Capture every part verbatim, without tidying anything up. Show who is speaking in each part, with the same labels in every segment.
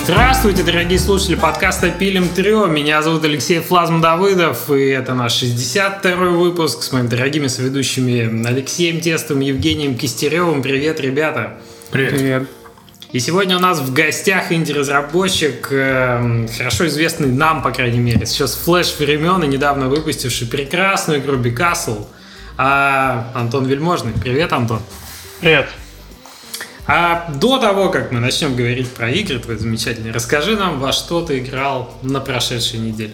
Speaker 1: Здравствуйте, дорогие слушатели подкаста «Пилим Трио». Меня зовут Алексей Флазм Давыдов, и это наш шестьдесят второй выпуск с моими дорогими соведущими Алексеем Тестовым, Евгением Кистеревым. Привет, ребята!
Speaker 2: Привет!
Speaker 3: Привет!
Speaker 1: И сегодня у нас в гостях инди-разработчик, э, хорошо известный нам, по крайней мере, сейчас флэш времен и недавно выпустивший прекрасную игру Bicastle, а Антон Вельможный. Привет, Антон!
Speaker 3: Привет!
Speaker 1: А до того, как мы начнем говорить про игры твои замечательные, расскажи нам, во что ты играл на прошедшей неделе.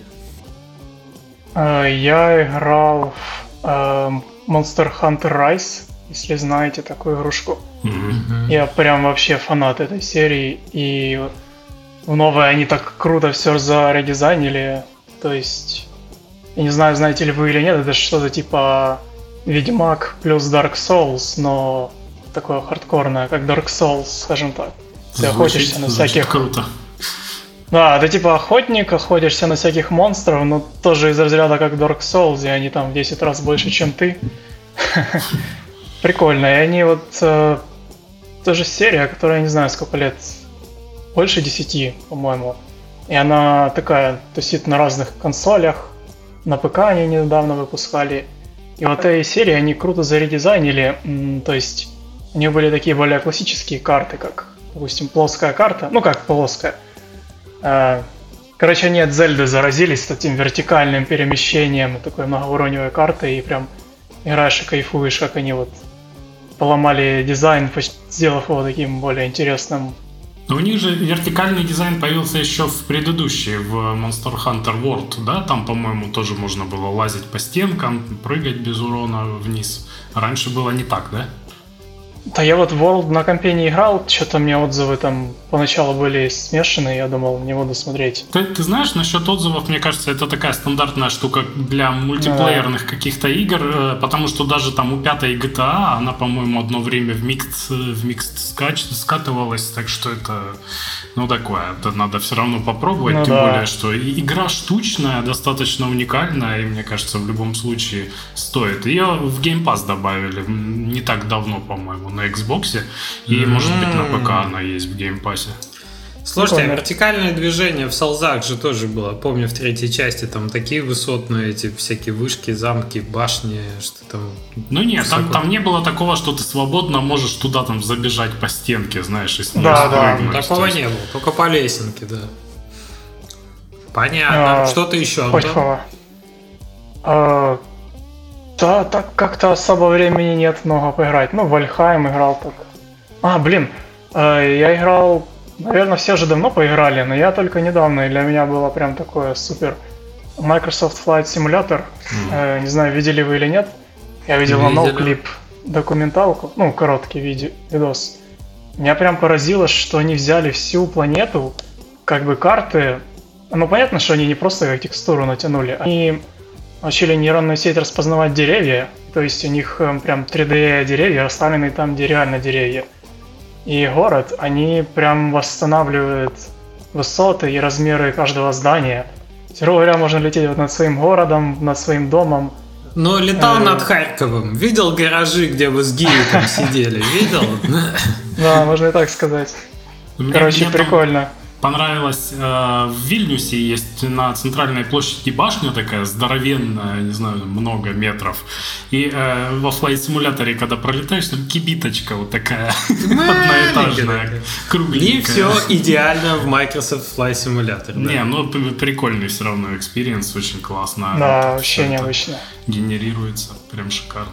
Speaker 3: Я играл в Monster Hunter Rise, если знаете такую игрушку. Mm-hmm. Я прям вообще фанат этой серии, и в новой они так круто все заредизайнили. То есть, я не знаю, знаете ли вы или нет, это что-то типа Ведьмак плюс Dark Souls, но такое хардкорное, как Dark Souls, скажем так. Ты звучит, охотишься на всяких...
Speaker 2: круто.
Speaker 3: Да, ты типа охотник, охотишься на всяких монстров, но тоже из разряда как Dark Souls, и они там в десять раз больше, чем ты. Прикольно. И они вот... Э, тоже серия, которая, я не знаю, сколько лет. Больше десяти, по-моему. И она такая, тусит на разных консолях. На ПК они недавно выпускали. И вот этой серии они круто заредизайнили. М, то есть... У них были такие более классические карты, как, допустим, плоская карта. Ну, как плоская. Короче, они от Зельды заразились с этим вертикальным перемещением, такой многоуровневой картой, и прям играешь и кайфуешь, как они вот поломали дизайн, сделав его таким более интересным.
Speaker 2: Но у них же вертикальный дизайн появился еще в предыдущей, в Monster Hunter World, да? Там, по-моему, тоже можно было лазить по стенкам, прыгать без урона вниз. Раньше было не так, да?
Speaker 3: Да я вот в World на компе не играл, что-то мне отзывы там поначалу были смешанные, я думал, не буду смотреть.
Speaker 2: Ты, ты знаешь, насчет отзывов, мне кажется, это такая стандартная штука для мультиплеерных да. каких-то игр, потому что даже там у пятой джи ти эй, она, по-моему, одно время в микс, в микс скач, скатывалась, так что это, ну, такое, это надо все равно попробовать, ну, тем да. более, что игра штучная, достаточно уникальная, и, мне кажется, в любом случае стоит. Ее в Game Pass добавили не так давно, по-моему, на Xbox, и, mm-hmm. может быть, на ПК она есть в Game Pass.
Speaker 1: Слушайте, а вертикальное движение в Солзах же тоже было. Помню, в третьей части там такие высотные эти всякие вышки, замки, башни, что там...
Speaker 2: Ну нет, там, там не было такого, что ты свободно можешь туда там забежать по стенке, знаешь, и с нее
Speaker 3: да,
Speaker 2: спрыгнуть.
Speaker 1: Да, такого есть... не было, только по лесенке, да. Понятно. А, что-то еще, Антон?
Speaker 3: А, да, так как-то особо времени нет много поиграть. Ну, Вальхайм играл так. А, блин, я играл... Наверное, все же давно поиграли, но я только недавно, и для меня было прям такое супер Microsoft Flight Simulator. Mm. Э, не знаю, видели вы или нет. Я видел на NoClip документалку, ну, короткий видео, видос. Меня прям поразило, что они взяли всю планету, как бы карты. Ну, понятно, что они не просто как текстуру натянули. Они научили нейронную сеть распознавать деревья. То есть у них э, прям три дэ деревья, расставленные там, где реально деревья. И город, они прям восстанавливают высоты и размеры каждого здания. Грубо говоря, можно лететь вот над своим городом, над своим домом.
Speaker 1: Но летал над Харьковом. Видел гаражи, где вы с Гией там сидели? Видел?
Speaker 3: Да, можно и так сказать. Короче, прикольно.
Speaker 2: Понравилось, э, в Вильнюсе есть на центральной площади башня такая здоровенная, не знаю, много метров. И э, во Flight Simulator, когда пролетаешь, там кибиточка вот такая одноэтажная, кругленькая.
Speaker 1: И все идеально в Microsoft Flight Simulator. Да?
Speaker 2: Не, ну прикольный все равно экспириенс, очень классно.
Speaker 3: Да, вообще необычно.
Speaker 2: Генерируется, прям шикарно.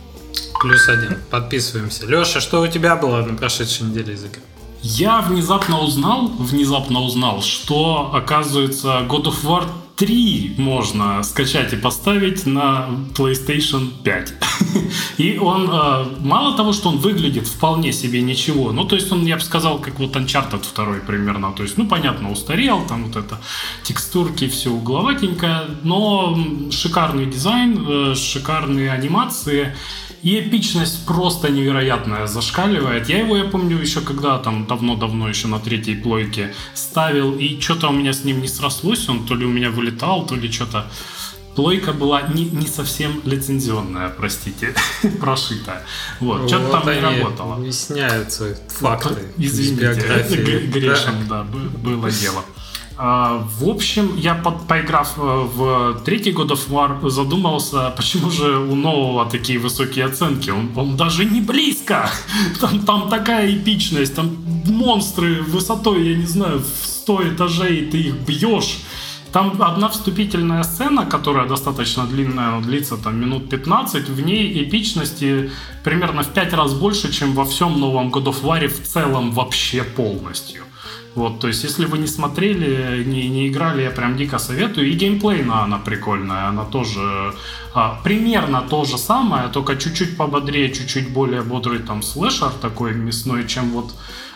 Speaker 1: Плюс один, подписываемся. Леша, что у тебя было на прошедшей неделе из игр?
Speaker 2: Я внезапно узнал, внезапно узнал, что, оказывается, God of War три можно скачать и поставить на PlayStation пять. И он, мало того, что он выглядит вполне себе ничего, ну, то есть он, я бы сказал, как вот Uncharted два примерно, то есть, ну, понятно, устарел, там вот это текстурки, все угловатенькое, но шикарный дизайн, шикарные анимации. И эпичность просто невероятная зашкаливает. Я его, я помню, еще когда там давно-давно еще на третьей плойке ставил, и что-то у меня с ним не срослось. Он то ли у меня вылетал, то ли что-то плойка была не, не совсем лицензионная, простите, прошитая. Вот,
Speaker 1: Вот
Speaker 2: что-то там не
Speaker 1: они
Speaker 2: работало.
Speaker 1: Объясняются факты.
Speaker 2: Извините, грешен, да, было дело. Uh, в общем, я, под, поиграв в третий God of War, задумался, почему же у нового такие высокие оценки. Он, он даже не близко. Там, там такая эпичность, там монстры высотой, я не знаю, в сто этажей, ты их бьешь. Там одна вступительная сцена, которая достаточно длинная, она длится там минут пятнадцать, в ней эпичности примерно в пять раз больше, чем во всем новом God of War в целом вообще полностью. Вот, то есть, если вы не смотрели, не, не играли, я прям дико советую. И геймплейно она прикольная, она тоже а, примерно то же самое, только чуть-чуть пободрее, чуть-чуть более бодрый там слэшер такой мясной, чем вот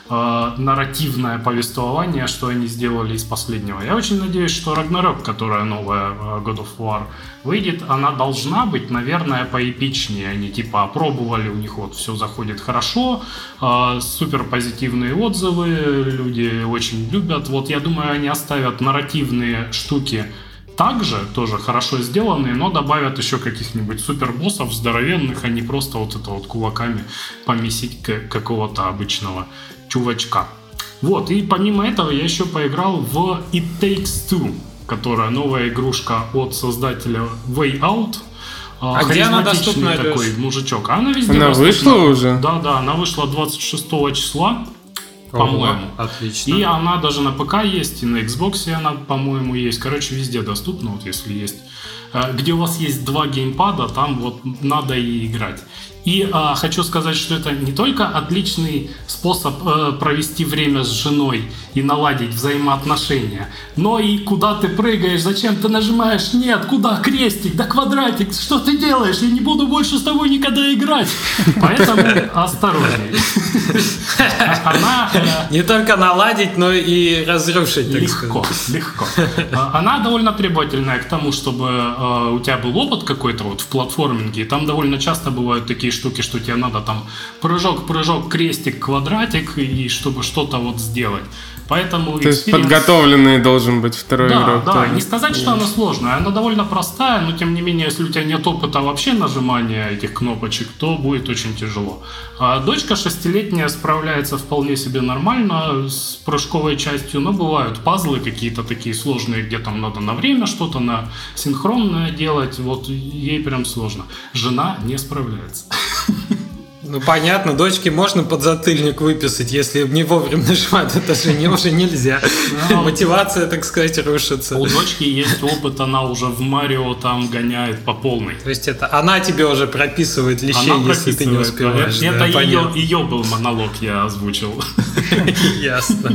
Speaker 2: а, нарративное повествование, что они сделали из последнего. Я очень надеюсь, что Ragnarok, которая новая God of War, выйдет, она должна быть, наверное, поэпичнее. Они типа опробовали, у них вот все заходит хорошо, э, супер позитивные отзывы, люди очень любят. Вот я думаю, они оставят нарративные штуки также, тоже хорошо сделанные, но добавят еще каких-нибудь супербоссов здоровенных, а не просто вот это вот кулаками помесить какого-то обычного чувачка. Вот, и помимо этого я еще поиграл в It Takes Two, которая новая игрушка от создателя Way Out.
Speaker 1: А где она доступна?
Speaker 2: Такой
Speaker 1: Леш?
Speaker 2: мужичок. Она везде
Speaker 4: Она
Speaker 2: доступна.
Speaker 4: вышла уже?
Speaker 2: Да, да, она вышла двадцать шестого числа, по-моему.
Speaker 1: Отлично.
Speaker 2: И она даже на ПК есть, и на Xbox она, по-моему, есть. Короче, везде доступна, вот если есть. Где у вас есть два геймпада, там вот надо и играть. И а, хочу сказать, что это не только отличный способ э, провести время с женой и наладить взаимоотношения, но и куда ты прыгаешь, зачем ты нажимаешь, нет, куда, крестик, да квадратик, что ты делаешь, я не буду больше с тобой никогда играть. Поэтому осторожней. Она...
Speaker 1: Не только наладить, но и разрушить, так
Speaker 2: легко,
Speaker 1: сказать.
Speaker 2: Легко. Она довольно требовательная к тому, чтобы э, у тебя был опыт какой-то вот в платформинге, и там довольно часто бывают такие штуки, что тебе надо там прыжок, прыжок, крестик, квадратик, и чтобы что-то вот сделать. Поэтому
Speaker 4: То есть
Speaker 2: experience...
Speaker 4: подготовленный должен быть второй
Speaker 2: да,
Speaker 4: игрок.
Speaker 2: Да,
Speaker 4: тоже.
Speaker 2: не сказать, что она сложная, она довольно простая, но тем не менее, если у тебя нет опыта вообще нажимания этих кнопочек, то будет очень тяжело. А дочка шестилетняя справляется вполне себе нормально с прыжковой частью, но бывают пазлы какие-то такие сложные, где там надо на время что-то, на синхронное делать, вот ей прям сложно. Жена не справляется.
Speaker 1: Ну, понятно, дочке можно подзатыльник выписать, если не вовремя нажимать, это же не, уже нельзя. Мотивация, так сказать, рушится.
Speaker 2: У дочки есть опыт, она уже в Марио там гоняет по полной.
Speaker 1: То есть это она тебе уже прописывает лещей,
Speaker 2: Она
Speaker 1: если ты не
Speaker 2: прописывает,
Speaker 1: успеваешь.
Speaker 2: Это
Speaker 1: да,
Speaker 2: ее,
Speaker 1: понятно.
Speaker 2: ее был монолог, я озвучил.
Speaker 1: Ясно.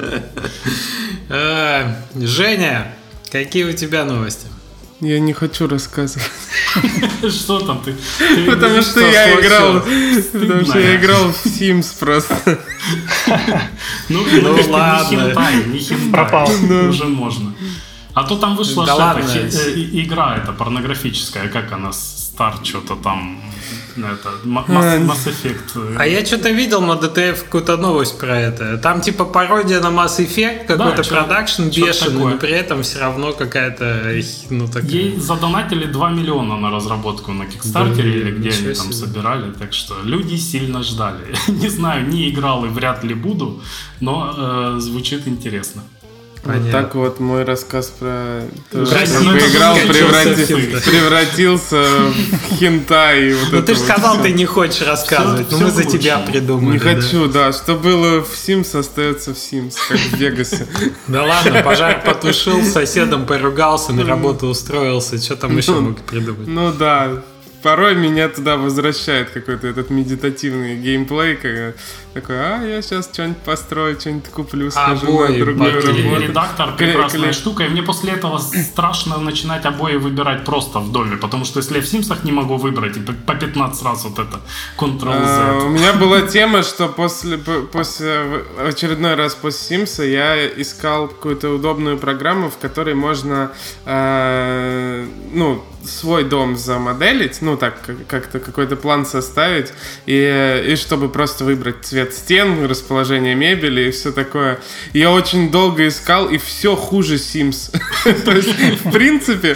Speaker 1: А, Женя, какие у тебя новости?
Speaker 4: Я не хочу рассказывать.
Speaker 2: Что там ты?
Speaker 4: Потому что я играл. Потому что я играл в Sims просто.
Speaker 2: Ну
Speaker 1: ладно.
Speaker 2: не хентай, не хентай.
Speaker 3: Пропал.
Speaker 2: Уже можно. А то там вышла
Speaker 1: Да ладно.
Speaker 2: игра эта порнографическая, как она, Star что-то там, это, Mass Mass Effect.
Speaker 1: А я что-то видел на ди ти эф какую-то новость про это. Там типа пародия на Mass Effect, какой-то
Speaker 2: чё-
Speaker 1: продакшн
Speaker 2: чё-то
Speaker 1: бешеный,
Speaker 2: такое.
Speaker 1: но при этом все равно какая-то, ну такая...
Speaker 2: Ей задонатили два миллиона на разработку на Кикстартере,
Speaker 1: Блин,
Speaker 2: или где
Speaker 1: ничего
Speaker 2: они там
Speaker 1: себе.
Speaker 2: собирали, так что люди сильно ждали. Не знаю, не играл и вряд ли буду, но э, звучит интересно.
Speaker 4: Вот
Speaker 1: Понятно.
Speaker 4: так вот мой рассказ про то,
Speaker 1: Про
Speaker 4: что
Speaker 1: Sims
Speaker 4: я поиграл,
Speaker 1: скатился
Speaker 4: преврати-
Speaker 1: в хентай.
Speaker 4: превратился в хентай. и вот
Speaker 1: Ну
Speaker 4: это
Speaker 1: ты же
Speaker 4: вот
Speaker 1: сказал,
Speaker 4: всё.
Speaker 1: ты не хочешь рассказывать,
Speaker 2: Всё-
Speaker 1: но мы
Speaker 2: всё
Speaker 1: за тебя
Speaker 2: лучше.
Speaker 1: придумали.
Speaker 4: Не
Speaker 1: да.
Speaker 4: хочу, да. Что было в Sims, остается в Sims, как в Вегасе.
Speaker 1: Да ладно, пожар потушил, с соседом поругался, на работу устроился, что там еще
Speaker 4: Ну,
Speaker 1: мог придумать?
Speaker 4: Ну да, порой меня туда возвращает какой-то этот медитативный геймплей, когда такой, а, я сейчас что-нибудь построю, что-нибудь куплю, схожу
Speaker 1: Обои
Speaker 4: на другую
Speaker 1: поклею.
Speaker 4: работу.
Speaker 2: Редактор
Speaker 4: Кле-
Speaker 2: прекрасная
Speaker 4: кле-
Speaker 2: штука, и мне после этого страшно начинать обои выбирать просто в доме, потому что если я в Симсах не могу выбрать, и по по пятнадцать раз вот это
Speaker 4: А, у
Speaker 2: контрол-Z.
Speaker 4: меня была тема, что после, по- после в очередной раз после Симса я искал какую-то удобную программу, в которой можно, э, ну, свой дом замоделить, ну так, как-то какой-то план составить, и, и чтобы просто выбрать цвет стен, расположение мебели и все такое. Я очень долго искал, и все хуже Sims. То есть, в принципе...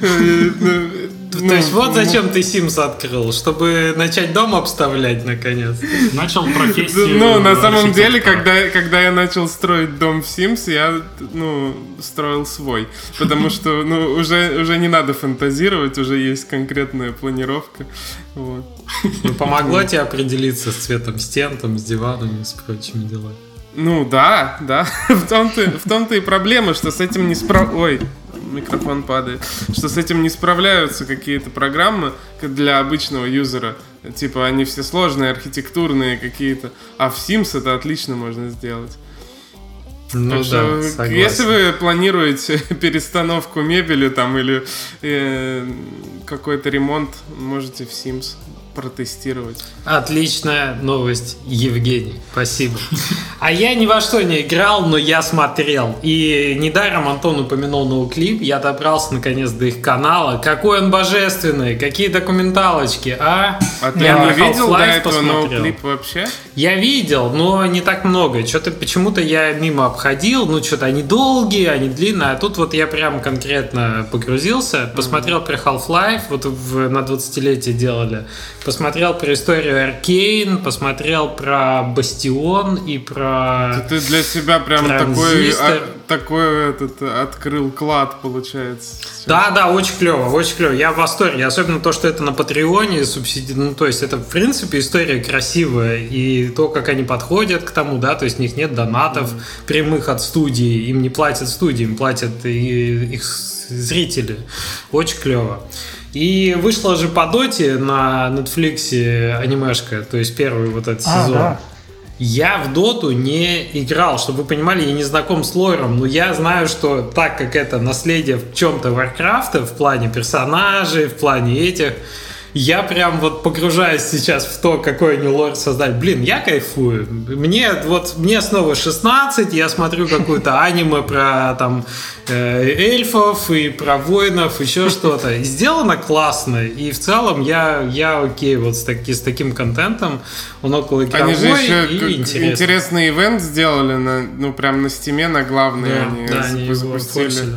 Speaker 1: То есть вот зачем ты Sims открыл, чтобы начать дом обставлять наконец.
Speaker 2: Начал профессию.
Speaker 4: Ну, на самом деле, когда, когда я начал строить дом в Sims, я, ну, строил свой. Потому что, ну, уже, уже не надо фантазировать, уже есть конкретная планировка. Вот.
Speaker 1: Ну, помогло тебе определиться с цветом стен, там, с диванами, с прочими делами?
Speaker 4: Ну, да, да. В том-то, в том-то и проблема, что с этим не справ... Ой, микрофон падает. Что с этим не справляются какие-то программы для обычного юзера. Типа, они все сложные, архитектурные какие-то. А в Sims это отлично можно сделать.
Speaker 1: Ну,
Speaker 4: так
Speaker 1: да,
Speaker 4: что, если вы планируете перестановку мебели там или э, какой-то ремонт, можете в Sims протестировать.
Speaker 1: Отличная новость, Евгений. Спасибо. А я ни во что не играл, но я смотрел. И недаром Антон упомянул ноуклип. Я добрался наконец до их канала. Какой он божественный, какие документалочки, а?
Speaker 4: А ты
Speaker 1: я
Speaker 4: не видел до этого
Speaker 1: посмотрел.
Speaker 4: ноуклип вообще?
Speaker 1: Я видел, но не так много. Что-то почему-то я мимо обходил. Ну, что-то они долгие, они длинные. А тут вот я прям конкретно погрузился. Посмотрел про Half-Life. Вот в, на двадцатилетие делали. Посмотрел про историю Аркейн, посмотрел про Бастион и про...
Speaker 4: Ты для себя прям такой, а, такой этот, открыл клад, получается.
Speaker 1: Да, да, очень клево, очень клево. Я в восторге, особенно то, что это на Патреоне субсиди... Ну, то есть это, в принципе, история красивая. И то, как они подходят к тому, да, то есть у них нет донатов mm-hmm. прямых от студии, им не платят студии, им платят и их зрители. Очень клево. И вышла же по доте на Netflix анимешка, то есть первый вот этот а, сезон. Да. Я в доту не играл, чтобы вы понимали, я не знаком с лором, но я знаю, что так как это наследие в чем-то Варкрафта, в плане персонажей, в плане этих, я прям вот погружаюсь сейчас в то, какой они лор создать. Блин, я кайфую. Мне вот мне снова шестнадцать, я смотрю какую-то аниме про там э, эльфов и про воинов, еще что-то. И сделано классно. И в целом я, я окей вот с, таки, с таким контентом. Он около игровой.
Speaker 4: Они же еще
Speaker 1: и интересный.
Speaker 4: интересный ивент сделали, на, ну прям на стиме, на главной.
Speaker 1: Да,
Speaker 4: они
Speaker 1: да, они
Speaker 4: запустили.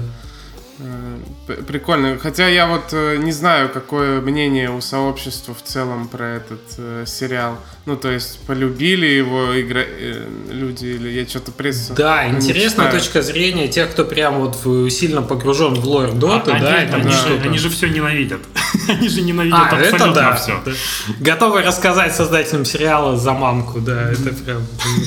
Speaker 4: Прикольно. Хотя я вот э, не знаю, какое мнение у сообщества в целом про этот э, сериал. Ну, то есть, полюбили его игра... э, люди или я что-то прессу.
Speaker 1: Да, интересная точка зрения тех, кто прям вот сильно погружен в лор доты.
Speaker 2: А,
Speaker 1: да,
Speaker 2: они,
Speaker 1: там
Speaker 2: они,
Speaker 1: да.
Speaker 2: же, они же все ненавидят. Они же ненавидят
Speaker 1: а,
Speaker 2: абсолютно
Speaker 1: это да.
Speaker 2: все.
Speaker 1: Готовы рассказать создателям сериала за мамку, да, это прям...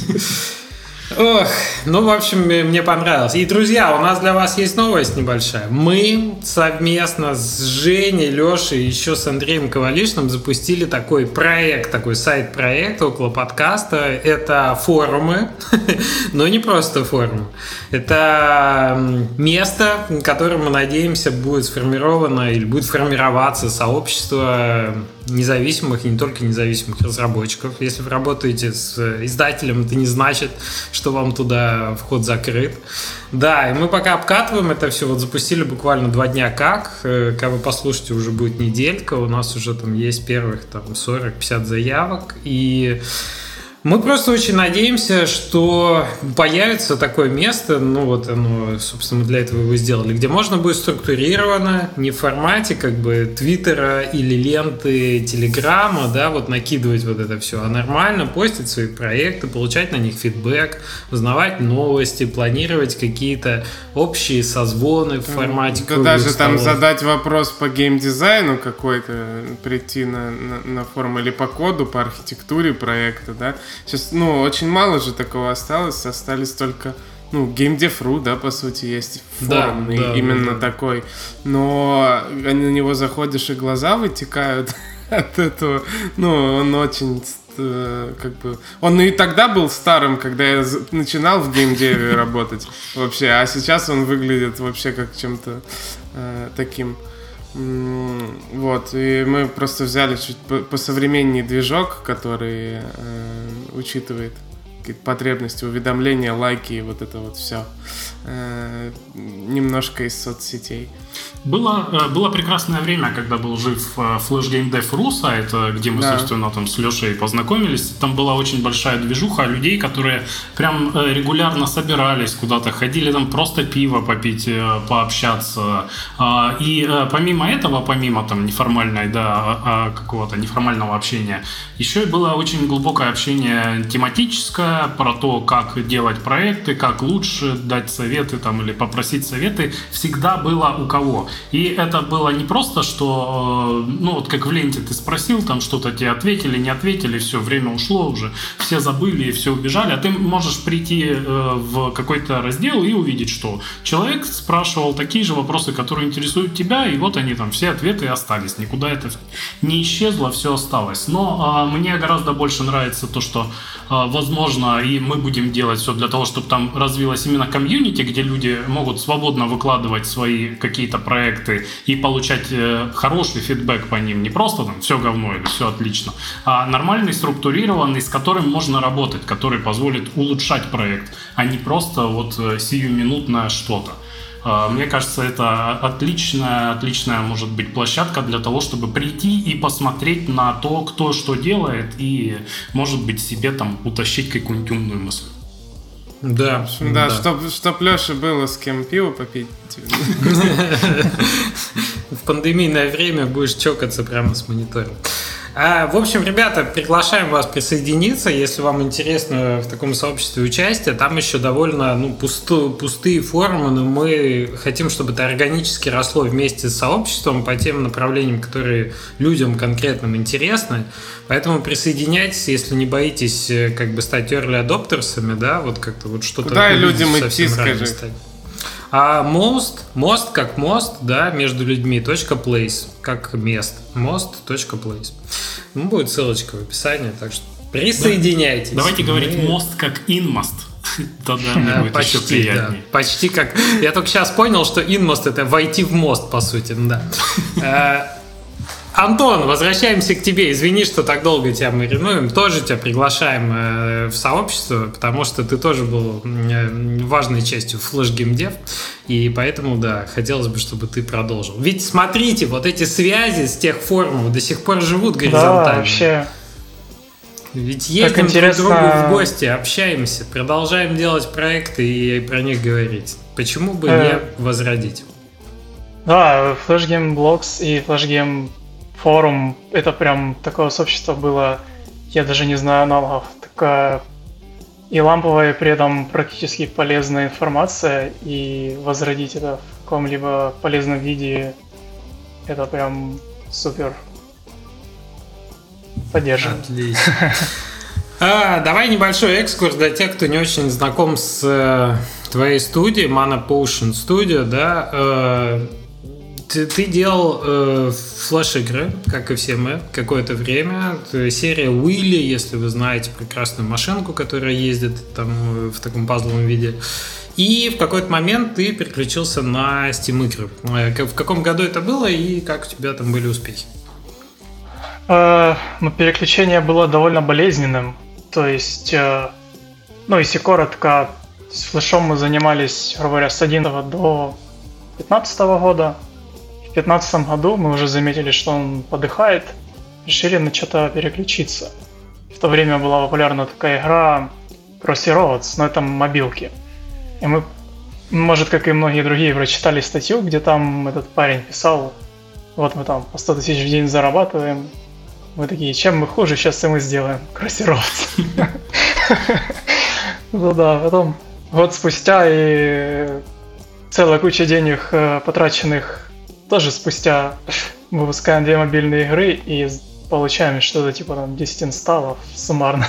Speaker 1: Ох, ну, в общем, мне понравилось. И, друзья, у нас для вас есть новость небольшая. Мы совместно с Женей, Лешей и еще с Андреем Ковалишным запустили такой проект, такой сайт-проект около подкаста. Это форумы, но не просто форумы. Это место, в котором, мы надеемся, будет сформировано или будет формироваться сообщество независимых и не только независимых разработчиков. Если вы работаете с издателем, это не значит, что вам туда вход закрыт. Да, и мы пока обкатываем это все. Вот запустили буквально два дня как. Когда вы послушаете, уже будет неделька. У нас уже там есть первых там сорок-пятьдесят заявок. И мы просто очень надеемся, что появится такое место, ну вот оно, собственно, мы для этого его сделали, где можно будет структурированно, не в формате как бы Твиттера или ленты Телеграма, да, вот накидывать вот это все, а нормально постить свои проекты, получать на них фидбэк, узнавать новости, планировать какие-то общие созвоны в формате
Speaker 4: да, даже там задать вопрос по геймдизайну какой-то, прийти на, на, на форум или по коду, по архитектуре проекта, да. Сейчас, ну, очень мало же такого осталось, остались только, ну, геймдев точка ру, да, по сути, есть форум, да, да, именно да. такой, но на него заходишь и глаза вытекают от этого, ну, он очень, как бы, он и тогда был старым, когда я начинал в геймдеве работать вообще, а сейчас он выглядит вообще как чем-то э, таким. Вот, и мы просто взяли чуть посовременнее движок, который э, учитывает какие-то потребности, уведомления, лайки и вот это вот все. Немножко из соцсетей.
Speaker 2: Было, было прекрасное время, когда был жив Flash Game Dev точка ру сайт, где мы, да. собственно, там с Лешей познакомились. Там была очень большая движуха людей, которые прям регулярно собирались куда-то, ходили там просто пиво попить, пообщаться. И помимо этого, помимо там неформальной, да, какого-то неформального общения, еще и было очень глубокое общение тематическое про то, как делать проекты, как лучше дать советы там, или попросить советы. Всегда было у кого. И это было не просто, что, ну вот как в ленте ты спросил, там что-то тебе ответили, не ответили, все, время ушло уже, все забыли и все убежали, а ты можешь прийти э, в какой-то раздел и увидеть, что человек спрашивал такие же вопросы, которые интересуют тебя, и вот они там, все ответы остались, никуда это не исчезло, все осталось. Но э, мне гораздо больше нравится то, что, э, возможно, и мы будем делать все для того, чтобы там развилась именно комьюнити, где люди могут свободно выкладывать свои какие-то проекты и получать э, хороший фидбэк по ним. Не просто там все говно или все отлично, а нормальный, структурированный, с которым можно работать, который позволит улучшать проект, а не просто вот э, сиюминутное что-то. Э, мне кажется, это отличная, отличная может быть площадка для того, чтобы прийти и посмотреть на то, кто что делает, и, может быть, себе там утащить какую-нибудь умную мысль.
Speaker 1: Да,
Speaker 4: да, да. Чтоб, чтоб Лёше было с кем пиво попить.
Speaker 1: В пандемийное время будешь чокаться прямо с монитором. А, в общем, ребята, приглашаем вас присоединиться, если вам интересно в таком сообществе участие. Там еще довольно ну, пусто, пустые форумы, но мы хотим, чтобы это органически росло вместе с сообществом по тем направлениям, которые людям конкретным интересны. Поэтому присоединяйтесь, если не боитесь как бы стать early adopters'ами, да, вот как-то вот что-то.
Speaker 4: Куда людям идти, скажи?
Speaker 1: А мост, мост как мост, да, между людьми, точка place, как место, мост.place. Ну, будет ссылочка в описании, так что присоединяйтесь.
Speaker 2: Да. Давайте Мы... говорить мост как инмост. Тогда мне будет
Speaker 1: почти,
Speaker 2: еще приятнее.
Speaker 1: Да, почти как... Я только сейчас понял, что инмост — это войти в мост, по сути, да. Антон, возвращаемся к тебе. Извини, что так долго тебя маринуем. Тоже тебя приглашаем в сообщество, потому что ты тоже был важной частью Flash Game Dev. И поэтому, да, хотелось бы, чтобы ты продолжил. Ведь смотрите, вот эти связи с тех форумов до сих пор живут горизонтально.
Speaker 3: Да, вообще.
Speaker 1: Ведь ездим друг к другу в гости, общаемся, продолжаем делать проекты и про них говорить. Почему бы э... не возродить?
Speaker 3: Да, Flash Game Blogs и Flash Game Forum — это прям такое сообщество было, я даже не знаю аналогов. Такая и ламповая, и при этом практически полезная информация, и возродить это в каком-либо полезном виде — это прям супер. Поддерживаю.
Speaker 1: Отлично. А, давай небольшой экскурс для тех, кто не очень знаком с э, твоей студией, Mana Potion Studio, да. Э, ты, ты делал э, флеш-игры, как и все мы, какое-то время. Серия Уилли, если вы знаете прекрасную машинку, которая ездит там в таком пазловом виде. И в какой-то момент ты переключился на Steam игры. В каком году это было и как у тебя там были успехи?
Speaker 3: Uh, ну, переключение было довольно болезненным. То есть, uh, ну, если коротко, с флешом мы занимались, грубо говоря, с одиннадцатого до пятнадцатого года. В пятнадцатом году мы уже заметили, что он подыхает, решили на что-то переключиться. В то время была популярна такая игра Crossroads, но это мобилки. И мы, может, как и многие другие, прочитали статью, где там этот парень писал: вот мы там по сто тысяч в день зарабатываем. Мы такие, чем мы хуже, сейчас и мы сделаем Crossroads. Ну да, потом год спустя и целая куча денег, потраченных тоже спустя, мы выпускаем две мобильные игры и получаем что-то типа там десять инсталлов суммарно.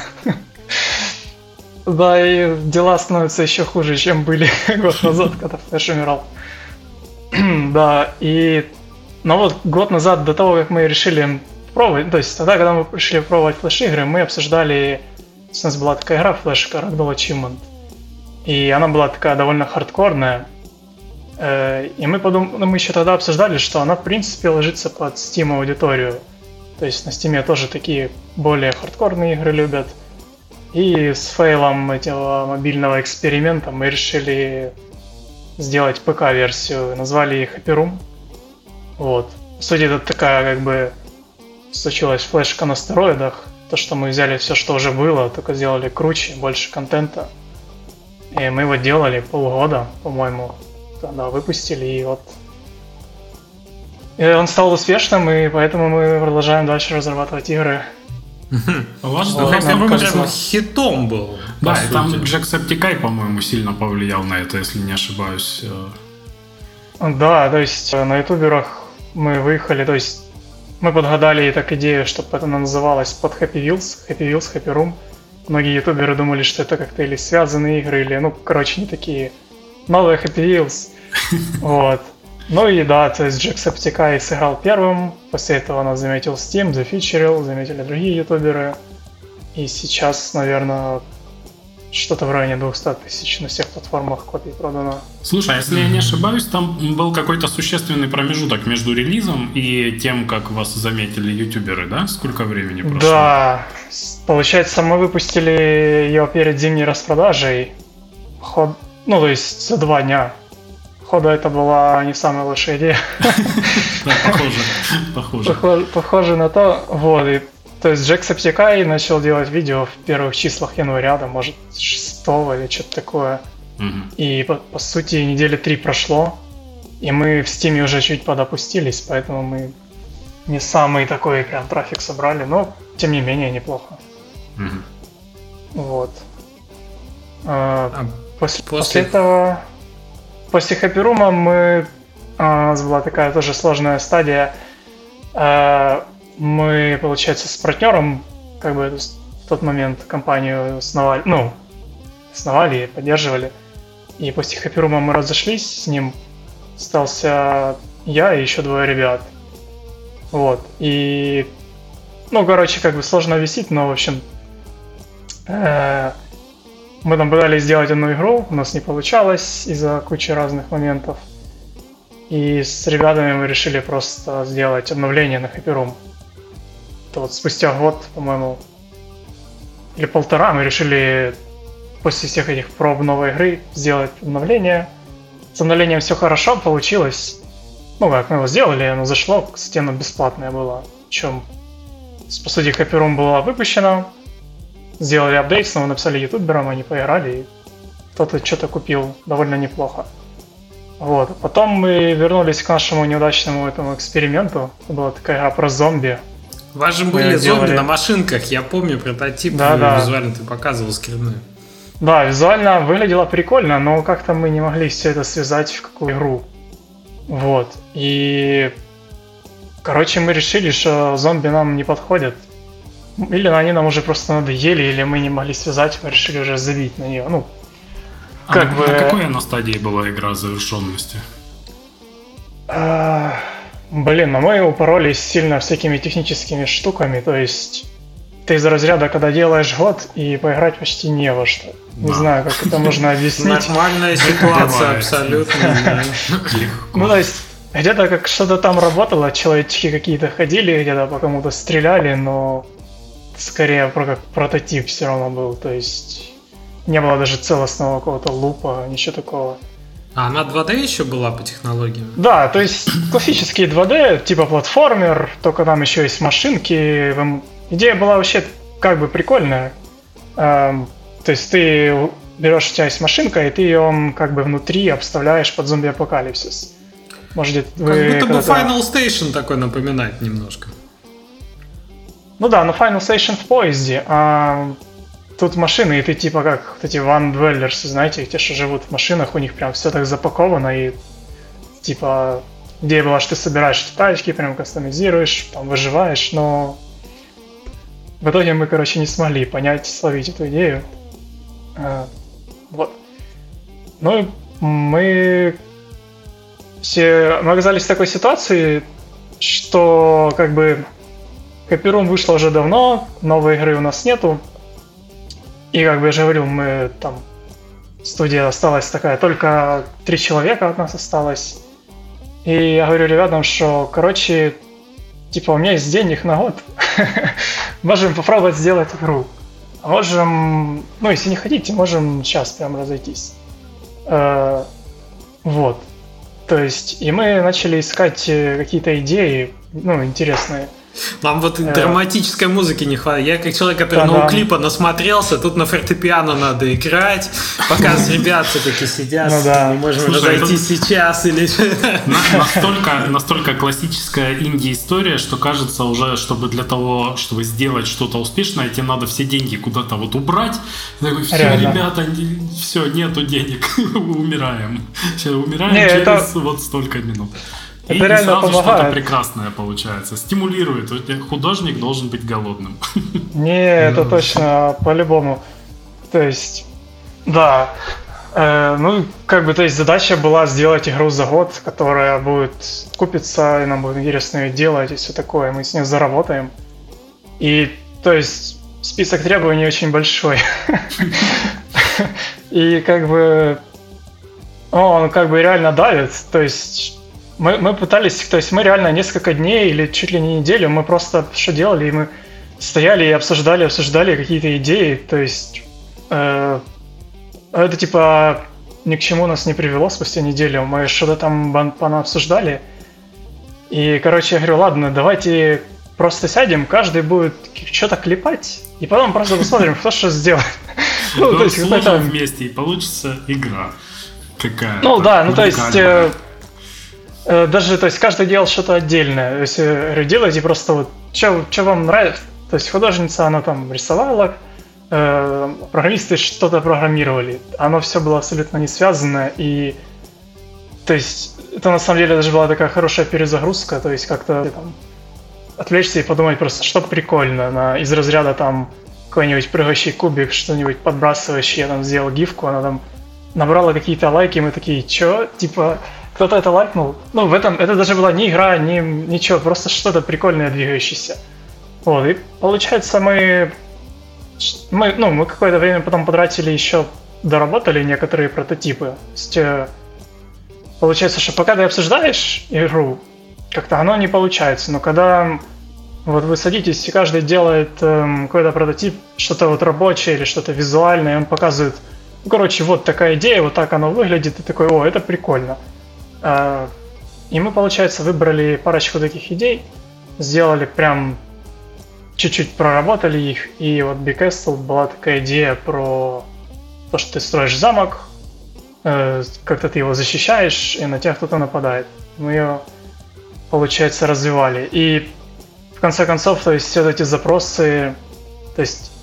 Speaker 3: Да, и дела становятся еще хуже, чем были год назад, когда Флэш умирал. Да, и... Но вот год назад, до того, как мы решили пробовать, то есть тогда, когда мы решили пробовать флеш-игры, мы обсуждали... У нас была такая игра флешка, Ragdoll Achievement. И она была такая довольно хардкорная. И мы подумали, мы еще тогда обсуждали, что она, в принципе, ложится под Steam аудиторию. То есть на Steam тоже такие более хардкорные игры любят. И с фейлом этого мобильного эксперимента мы решили сделать ПК-версию. Назвали ее Happy Room. Вот. По сути, это такая, как бы, случилась флешка на стероидах. То, что мы взяли все, что уже было, только сделали круче, больше контента. И мы его делали полгода, по-моему, тогда выпустили, и вот... И он стал успешным, и поэтому мы продолжаем дальше разрабатывать игры.
Speaker 2: Ваш
Speaker 1: Ну,
Speaker 2: Happy Room
Speaker 1: прям
Speaker 2: прям-
Speaker 1: хитом был.
Speaker 2: Да,
Speaker 1: по
Speaker 2: и там
Speaker 1: сути.
Speaker 2: Jacksepticeye, по-моему, сильно повлиял на это, если не ошибаюсь. Э,
Speaker 3: Да, то есть э, на ютуберах мы выехали, то есть мы подгадали так идею, чтобы это называлось под Happy Wheels, Happy Wheels, Happy Room. Многие ютуберы думали, что это как-то или связанные игры, или, ну, короче, не такие. Новые Happy Wheels. Вот. Ну и да, то есть Jacksepticeye сыграл первым, после этого нас заметил Steam, зафичерил, заметили другие ютуберы. И сейчас, наверное, что-то в районе двести тысяч на всех платформах копий продано.
Speaker 2: Слушай, а если я не ошибаюсь, там был какой-то существенный промежуток между релизом и тем, как вас заметили ютуберы, да? Сколько времени прошло?
Speaker 3: Да, с- получается, мы выпустили ее перед зимней распродажей. Ход... Ну, то есть за два дня. Походу, это была не самая лучшая идея.
Speaker 2: Да, похоже. Похоже.
Speaker 3: Похоже, похоже на то. Вот, и, то есть Jacksepticeye начал делать видео в первых числах января, да, может, шестого или что-то такое.
Speaker 2: Мгм.
Speaker 3: И, по, по сути, недели три прошло, и мы в Steam уже чуть подопустились, поэтому мы не самый такой прям трафик собрали, но, тем не менее, неплохо.
Speaker 2: Мгм.
Speaker 3: Вот. А,
Speaker 1: А
Speaker 3: После,
Speaker 1: После-
Speaker 3: после этого, после Happy Room мы, а, у нас была такая тоже сложная стадия. А, Мы, получается, с партнером, как бы в тот момент компанию основали, ну, основали и поддерживали. И после Happy Room мы разошлись с ним. Остался я и еще двое ребят. Вот. И, ну, короче, как бы сложно объяснить, но, в общем, э, мы там пытались сделать одну игру, у нас не получалось из-за кучи разных моментов. И с ребятами мы решили просто сделать обновление на Happy Room. Это вот спустя год, по-моему, или полтора, мы решили после всех этих проб новой игры сделать обновление. С обновлением все хорошо получилось. Ну как, мы его сделали, оно зашло, кстати, оно бесплатное было. Причем, по сути, Happy Room была выпущена, сделали апдейт, снова написали ютуберам, они поиграли, и кто-то что-то купил довольно неплохо. Вот. Потом мы вернулись к нашему неудачному этому эксперименту. Это была такая игра про зомби.
Speaker 1: У вас же
Speaker 3: Мы
Speaker 1: были зомби
Speaker 3: делали-
Speaker 1: на машинках, я помню прототип,
Speaker 3: Да,
Speaker 1: э,
Speaker 3: да.
Speaker 1: визуально ты показывал скрины.
Speaker 3: Да, визуально выглядело прикольно, но как-то мы не могли все это связать в какую игру. Вот. И... Короче, мы решили, что зомби нам не подходят. Или они нам уже просто надоели, или мы не могли связать, мы решили уже забить на нее. Ну,
Speaker 2: А
Speaker 3: как
Speaker 2: на,
Speaker 3: бы-
Speaker 2: на какой она стадии была игра завершенности?
Speaker 3: а, блин, но мы упоролись сильно всякими техническими штуками, то есть ты из разряда, когда делаешь год, и поиграть почти не во что. Не
Speaker 2: Да.
Speaker 3: знаю, как это можно объяснить.
Speaker 1: Нормальная ситуация,
Speaker 2: Бывает.
Speaker 1: абсолютно. да.
Speaker 2: Легко.
Speaker 3: Ну, то есть, где-то как что-то там работало, человечки какие-то ходили, где-то по кому-то стреляли, но скорее про как прототип все равно был, то есть не было даже целостного какого-то лупа, ничего такого.
Speaker 1: А она два дэ еще была по технологиям?
Speaker 3: Да, то есть классический два дэ, типа платформер, только там еще есть машинки. Эм, Идея была вообще как бы прикольная. Эм, то есть ты берешь, у тебя есть машинка, и ты ее как бы внутри обставляешь под зомби-апокалипсис. Может,
Speaker 1: Как
Speaker 3: вы
Speaker 1: будто бы
Speaker 3: когда-то-
Speaker 1: Final Station такой напоминает немножко.
Speaker 3: Ну да, но Final Station в поезде, а тут машины, и ты типа как вот эти Van Dwellers, знаете, те, что живут в машинах, у них прям все так запаковано, и типа идея была, что ты собираешь эти тачки, прям кастомизируешь, там выживаешь, но в итоге мы, короче, не смогли понять, словить эту идею. А, вот. Ну и мы все, мы оказались в такой ситуации, что как бы Happy Room вышла уже давно, новой игры у нас нету. И, как бы я же говорил, мы там... Студия осталась такая, только три человека от нас осталось. И я говорю ребятам, что, короче, типа, у меня есть денег на год. Можем попробовать сделать игру. можем, ну, если не хотите, можем сейчас прям разойтись. Э, вот. То есть, и мы начали искать какие-то идеи, ну, интересные.
Speaker 1: Нам вот э... драматической музыки не хватает. Я как человек, который да, на клипа насмотрелся, тут на фортепиано надо играть, пока ребята все-таки сидят, ну, да. мы можем Слушай, разойти это... сейчас или...
Speaker 2: Настолько, настолько классическая инди-история, что кажется уже, чтобы для того, чтобы сделать что-то успешное, тебе надо все деньги куда-то вот убрать. Такой, все, Реально. ребята, все, нету денег, умираем. Все, умираем не, через это... вот столько минут. И,
Speaker 3: это реально
Speaker 2: сразу
Speaker 3: помогает.
Speaker 2: Что-то прекрасное получается. Стимулирует. Художник должен быть голодным.
Speaker 3: Не, это точно, по-любому. То есть, да. Э, ну, как бы, то есть, задача была сделать игру за год, которая будет купиться, и нам будет интересно ее делать, и все такое. Мы с ней заработаем. И, то есть, список требований очень большой. И, как бы, он, как бы, реально давит. То есть... Мы, мы пытались, то есть мы реально несколько дней или чуть ли не неделю, мы просто что делали, и мы стояли и обсуждали, обсуждали какие-то идеи, то есть э, это типа ни к чему нас не привело спустя неделю, мы что-то там понаобсуждали, и, короче, я говорю, ладно, давайте просто сядем, каждый будет что-то клепать, и потом просто посмотрим, кто что сделает.
Speaker 2: Ну, то есть сложим вместе, и получится игра какая-то.
Speaker 3: Ну да, ну то есть... Даже, то есть, каждый делал что-то отдельное. Если делаете просто вот, что вам нравится. То есть, художница, она там рисовала, э, программисты что-то программировали. Оно все было абсолютно не связано. И, то есть, это на самом деле даже была такая хорошая перезагрузка. То есть, как-то там отвлечься и подумать просто, что прикольно. На, из разряда там какой-нибудь прыгающий кубик, что-нибудь подбрасывающий. Я там сделал гифку, она там набрала какие-то лайки, и мы такие, чё? Типа... Кто-то это лайкнул. Ну, в этом, это даже была не игра, не ничего, просто что-то прикольное двигающееся. Вот, и получается мы, мы, ну, мы какое-то время потом потратили еще, доработали некоторые прототипы. То есть, получается, что пока ты обсуждаешь игру, как-то оно не получается, но когда вот вы садитесь и каждый делает эм, какой-то прототип, что-то вот рабочее или что-то визуальное, и он показывает, ну, короче, вот такая идея, вот так оно выглядит, и такой, о, это прикольно. И мы, получается, выбрали парочку таких идей, сделали прям, чуть-чуть проработали их, и вот Big Castle была такая идея про то, что ты строишь замок, как-то ты его защищаешь, и на тебя кто-то нападает. Мы ее, получается, развивали. И в конце концов, то есть все эти запросы, то есть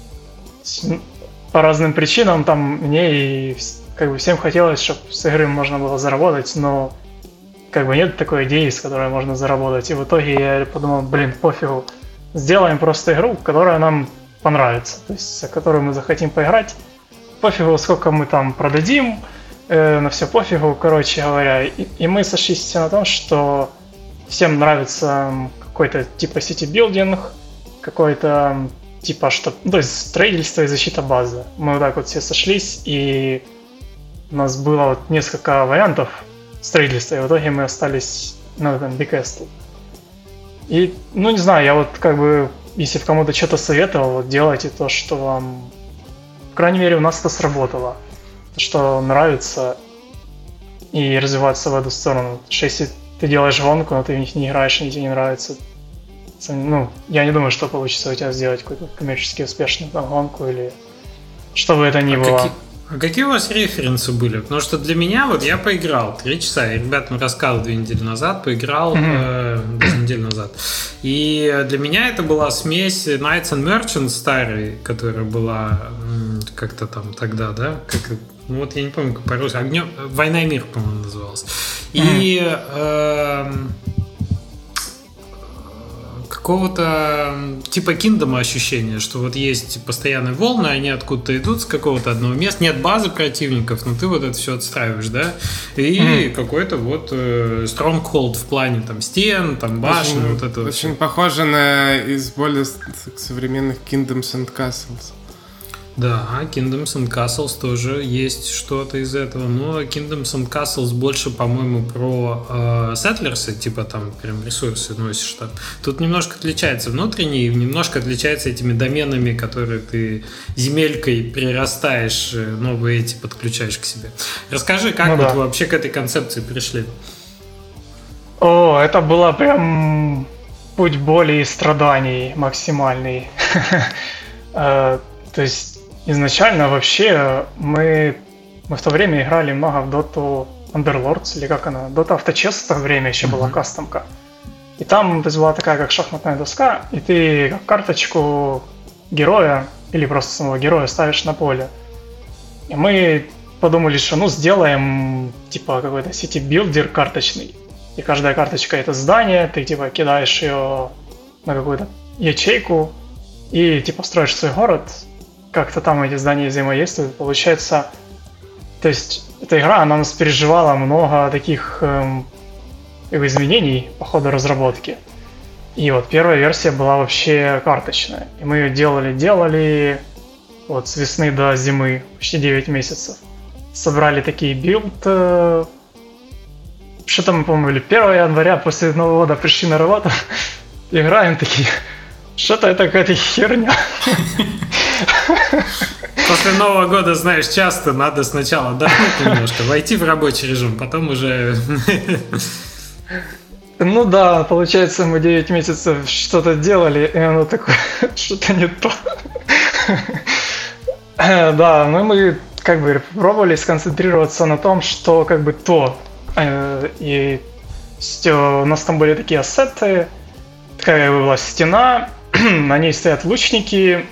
Speaker 3: по разным причинам, там мне и как бы всем хотелось, чтобы с игры можно было заработать, но как бы нет такой идеи, с которой можно заработать. И в итоге я подумал, блин, пофигу, сделаем просто игру, которая нам понравится, то есть, за которую мы захотим поиграть. Пофигу, сколько мы там продадим, э, на все пофигу, короче говоря. И, и мы сошлись все на том, что всем нравится какой-то типа сити-билдинг, какой-то типа что, ну, то есть строительство и защита базы. Мы вот так вот все сошлись, и у нас было вот несколько вариантов строительства, и в итоге мы остались на этом Big Castle. И, ну, не знаю, я вот как бы, если в кому-то что-то советовал, вот делайте то, что вам, по крайней мере, у нас это сработало, то, что нравится, и развиваться в эту сторону. Потому что если ты делаешь гонку, но ты в них не играешь, и тебе не нравится, ну, я не думаю, что получится у тебя сделать какую-то коммерчески успешную там, гонку или что бы это ни а было.
Speaker 1: Какие... А какие у вас референсы были? Потому что для меня, вот я поиграл три часа, и ребятам рассказывал две недели назад, поиграл mm-hmm. э, две недели назад. И для меня это была смесь Knights and Merchants старой, которая была м, как-то там тогда, да? Как, ну вот я не помню, как по-русски. Огнем... Война и мир, по-моему, называлась. И... Mm-hmm. Э, какого-то типа Киндома ощущение, что вот есть постоянные волны, они откуда-то идут с какого-то одного места, нет базы противников, но ты вот это все отстраиваешь, да, и mm-hmm. какой-то вот э, stronghold в плане там стен, там башен, очень, вот это
Speaker 4: очень все. Похоже на из более современных Kingdoms and Castles.
Speaker 1: Да, Kingdoms and Castles тоже есть что-то из этого, но Kingdoms and Castles больше, по-моему, про э, Settlers, типа там прям ресурсы носишь там. Тут немножко отличается внутренний, немножко отличается этими доменами, которые ты земелькой прирастаешь, новые эти подключаешь к себе. Расскажи, как ну, вот да. вы вообще к этой концепции пришли?
Speaker 3: О, это было прям путь боли и страданий максимальный. То есть изначально вообще мы, мы в то время играли много в Dota Underlords, или как она, Dota Авточес в то время еще была кастомка. И там то есть, была такая как шахматная доска, и ты как карточку героя, или просто самого героя ставишь на поле. И мы подумали, что ну сделаем типа какой-то сити-билдер карточный. И каждая карточка это здание, ты типа кидаешь ее на какую-то ячейку и типа строишь свой город. Как-то там эти здания взаимодействуют, получается. То есть эта игра, она у нас переживала много таких эм, изменений по ходу разработки. И вот первая версия была вообще карточная. И мы ее делали, делали вот с весны до зимы, почти девять месяцев. Собрали такие билд. Э, что-то мы, по-моему, первого января после Нового года пришли на работу. Играем такие. Что-то это какая-то херня.
Speaker 1: После Нового года, знаешь, часто надо сначала отдохнуть немножко, войти в рабочий режим, потом уже...
Speaker 3: Ну да, получается, мы девять месяцев что-то делали, и оно такое, что-то не то. Да, ну мы как бы пробовали сконцентрироваться на том, что как бы то. И у нас там были такие ассеты, такая была стена, на ней стоят лучники.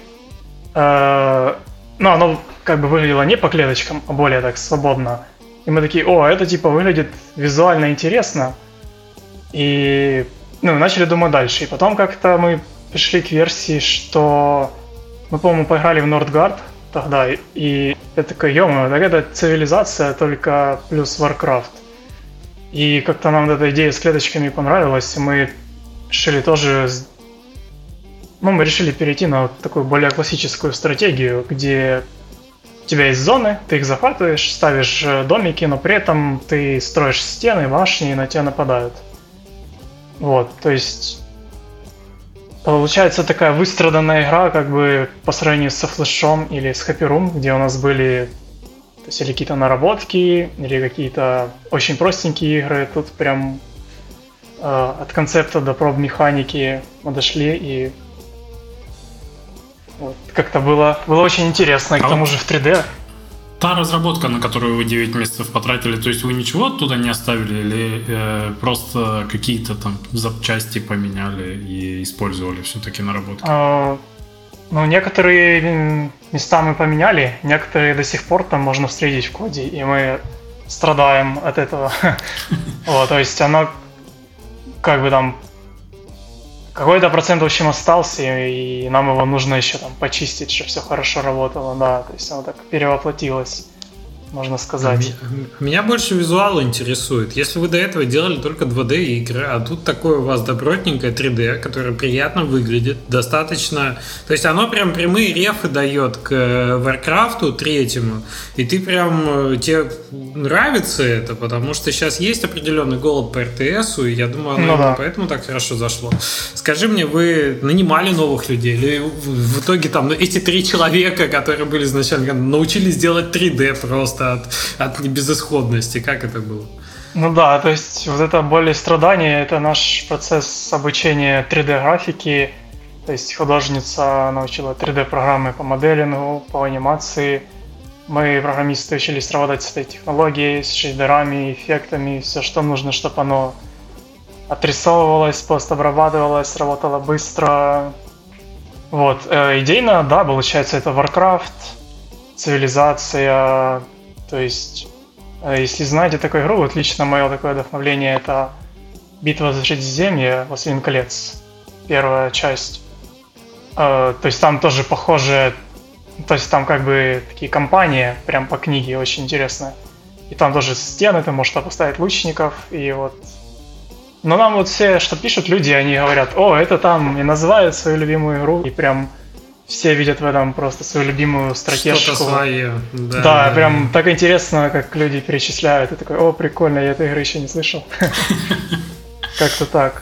Speaker 3: Ну, оно как бы выглядело не по клеточкам, а более так свободно. И мы такие, о, это типа выглядит визуально интересно. И ну, начали думать дальше. И потом как-то мы пришли к версии, что мы, по-моему, поиграли в Нордгард тогда. И я такой, ё-моё, так это цивилизация, только плюс Warcraft. И как-то нам эта идея с клеточками понравилась, и мы решили тоже... Ну, мы решили перейти на вот такую более классическую стратегию, где у тебя есть зоны, ты их захватываешь, ставишь домики, но при этом ты строишь стены, башни, и на тебя нападают. Вот, то есть получается такая выстраданная игра, как бы по сравнению со Флэшом или с Happy Room, где у нас были то есть, или какие-то наработки, или какие-то очень простенькие игры. Тут прям э, от концепта до проб механики мы дошли, и вот, как-то было, было очень интересно, и к тому же в три дэ.
Speaker 2: Та разработка, на которую вы девять месяцев потратили, то есть вы ничего оттуда не оставили или э, просто какие-то там запчасти поменяли и использовали все-таки наработки?
Speaker 3: А, ну, некоторые места мы поменяли, некоторые до сих пор там можно встретить в коде, и мы страдаем от этого. Вот, то есть оно как бы там какой-то процент, в общем, остался, и нам его нужно еще там почистить, чтобы все хорошо работало, да, то есть оно так перевоплотилось, можно сказать.
Speaker 1: Меня больше визуал интересует. Если вы до этого делали только два дэ игры, а тут такое у вас добротненькое три дэ, которое приятно выглядит, достаточно... То есть оно прям прямые рефы дает к Warcraft третьему, и ты прям... Тебе нравится это, потому что сейчас есть определенный голод по эр тэ эсу, и я думаю, оно ну, да. поэтому так хорошо зашло. Скажи мне, вы нанимали новых людей, или в итоге там эти три человека, которые были изначально, научились делать три дэ просто От, от безысходности. Как это было?
Speaker 3: Ну да, то есть вот это боль и страдание, это наш процесс обучения три дэ-графики. То есть художница научила три дэ-программы по моделингу, по анимации. Мы, программисты, учились работать с этой технологией, с шейдерами, эффектами, все, что нужно, чтобы оно отрисовывалось, постобрабатывалось, работало быстро. Вот, идейно, да, получается, это Warcraft, цивилизация. То есть, если знаете такую игру, вот лично мое такое вдохновление — это «Битва за Средиземье», «Властелин колец», первая часть. То есть там тоже похоже, то есть там как бы такие кампании, прям по книге, очень интересно. И там тоже стены, ты можешь поставить лучников, и вот... Но нам вот все, что пишут люди, они говорят, о, это там, и называют свою любимую игру, и прям все видят в этом просто свою любимую стратежку.
Speaker 1: Что-то свое. Да,
Speaker 3: да,
Speaker 1: да,
Speaker 3: прям
Speaker 1: да.
Speaker 3: так интересно, как люди перечисляют. И такой, о, прикольно, я этой игры еще не слышал. Как-то так.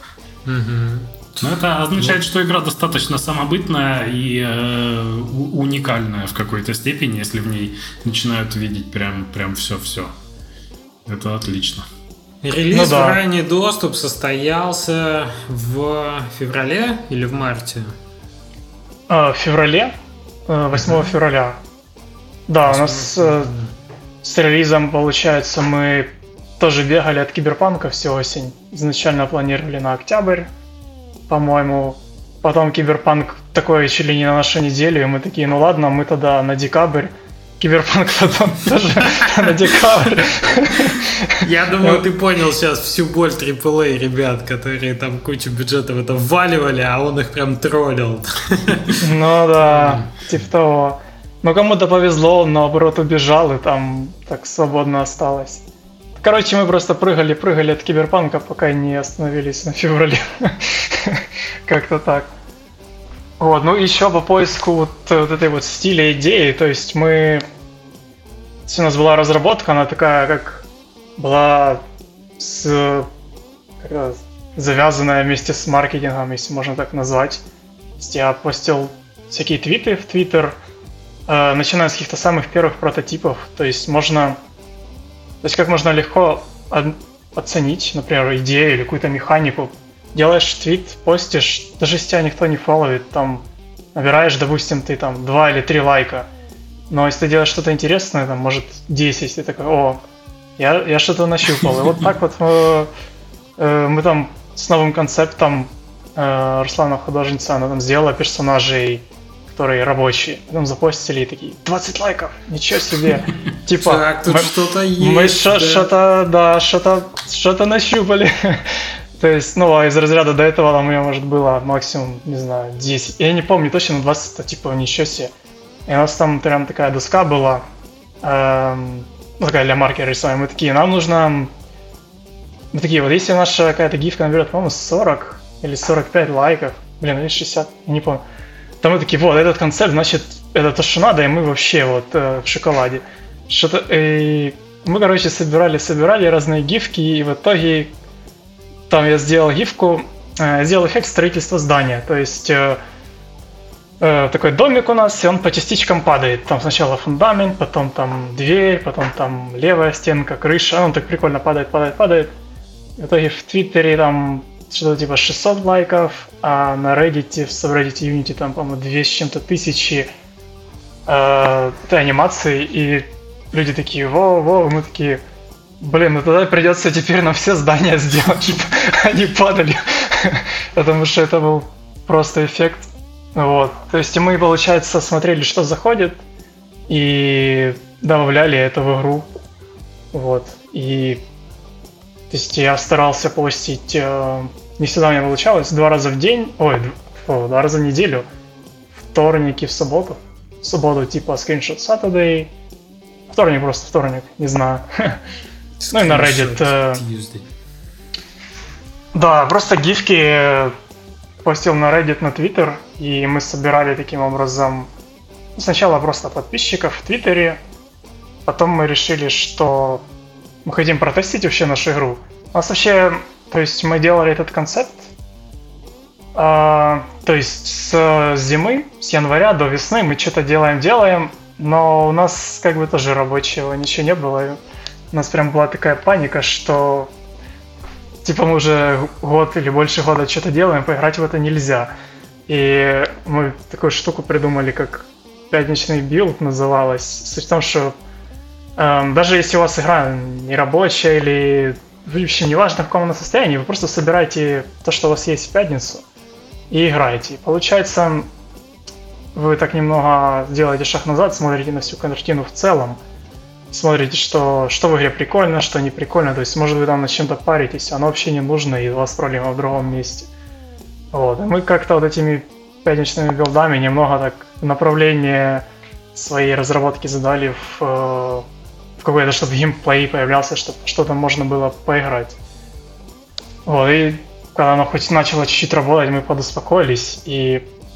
Speaker 2: Но это означает, что игра достаточно самобытная и э, уникальная в какой-то степени, если в ней начинают видеть прям, прям все-все. Это отлично.
Speaker 1: Релиз
Speaker 3: Ну, да.
Speaker 1: в ранний доступ состоялся в феврале или в марте?
Speaker 3: А, в феврале, восьмого февраля. Да, у нас э, с релизом, получается, мы тоже бегали от Киберпанка всю осень. Изначально планировали на октябрь, по-моему. Потом Киберпанк такой чуть ли не на нашу неделю, и мы такие, ну ладно, мы тогда на декабрь. Киберпанк потом тоже на декабрь.
Speaker 1: Я думаю, ты понял сейчас всю боль трипл эй ребят, которые там кучу бюджета в это вваливали, а он их прям троллил.
Speaker 3: Ну да, типа того. Но кому-то повезло, он наоборот убежал и там так свободно осталось. Короче, мы просто прыгали, прыгали от Киберпанка, пока не остановились на феврале. Как-то так. Вот, ну еще по поиску вот, вот этой вот стиля идеи, то есть мы... У нас была разработка, она такая, как была с... как завязанная вместе с маркетингом, если можно так назвать. То есть я постил всякие твиты в Твиттер, э, начиная с каких-то самых первых прототипов, то есть можно... То есть как можно легко оценить, например, идею или какую-то механику. Делаешь твит, постишь, даже если тебя никто не фолловит, там, набираешь, допустим, ты там два или три лайка. Но если ты делаешь что-то интересное, там, может, десять, ты такой, о, я, я что-то нащупал. И вот так вот мы, э, мы там с новым концептом э, Руслана художница, она там сделала персонажей, которые рабочие. Потом запостили и такие, двадцать лайков, ничего себе. Типа,
Speaker 1: так, тут
Speaker 3: мы,
Speaker 1: что-то есть.
Speaker 3: Мы что-то, да, что-то, что-то нащупали. То есть, ну, а из разряда до этого там у меня, может, было максимум, не знаю, десять. Я не помню точно, но двадцать, это типа ничего себе. И у нас там прям такая доска была, эм, ну, такая для маркера рисовая. Мы такие, нам нужно... Мы такие, вот если наша какая-то гифка наберет, по-моему, сорок или сорок пять лайков, блин, или шестьдесят, я не помню. То мы такие, вот, этот концепт, значит, это то, что надо, и мы вообще вот э, в шоколаде. Что-то... И мы, короче, собирали, собирали разные гифки, и в итоге... Там я сделал гифку, э, сделал эффект строительства здания. То есть э, э, такой домик у нас, и он по частичкам падает. Там сначала фундамент, потом там дверь, потом там левая стенка, крыша. Он так прикольно падает, падает, падает. В итоге в Твиттере там что-то типа шестьсот лайков, а на Reddit, в subreddit Unity там, по-моему, две с чем-то тысячи э, этой анимации. И люди такие, во-во, мы такие... Блин, ну тогда придется теперь на все здания сделать, чтобы они падали, потому что это был просто эффект. Вот. То есть мы, получается, смотрели, что заходит, и добавляли это в игру. Вот. И то есть я старался постить, э, не всегда у меня получалось, два раза в день, ой, о, два раза в неделю, вторник и в субботу. В субботу типа Screenshot Saturday, вторник просто вторник, не знаю. Ну и на Reddit. Э, да, просто гифки постил на Reddit, на Twitter, и мы собирали таким образом сначала просто подписчиков в Твиттере, потом мы решили, что мы хотим протестить вообще нашу игру. У нас вообще, то есть мы делали этот концепт, э, то есть с зимы, с января до весны мы что-то делаем-делаем, но у нас как бы тоже рабочего ничего не было. У нас прям была такая паника, что типа мы уже год или больше года что-то делаем, поиграть в это нельзя. И мы такую штуку придумали, как пятничный билд называлась. Суть в том, что э, даже если у вас игра не рабочая или вообще неважно в каком она состоянии, вы просто собираете то, что у вас есть в пятницу, и играете. И получается, вы так немного делаете шаг назад, смотрите на всю картину в целом, смотрите, что, что в игре прикольно, что не прикольно. То есть, может, вы там над чем-то паритесь, оно вообще не нужно, и у вас проблема в другом месте. Вот. И мы как-то вот этими пятничными билдами немного так направление своей разработки задали в, в какой-то, чтобы геймплей появлялся, чтобы что-то можно было поиграть. Вот. И когда оно хоть начало чуть-чуть работать, мы подуспокоились, и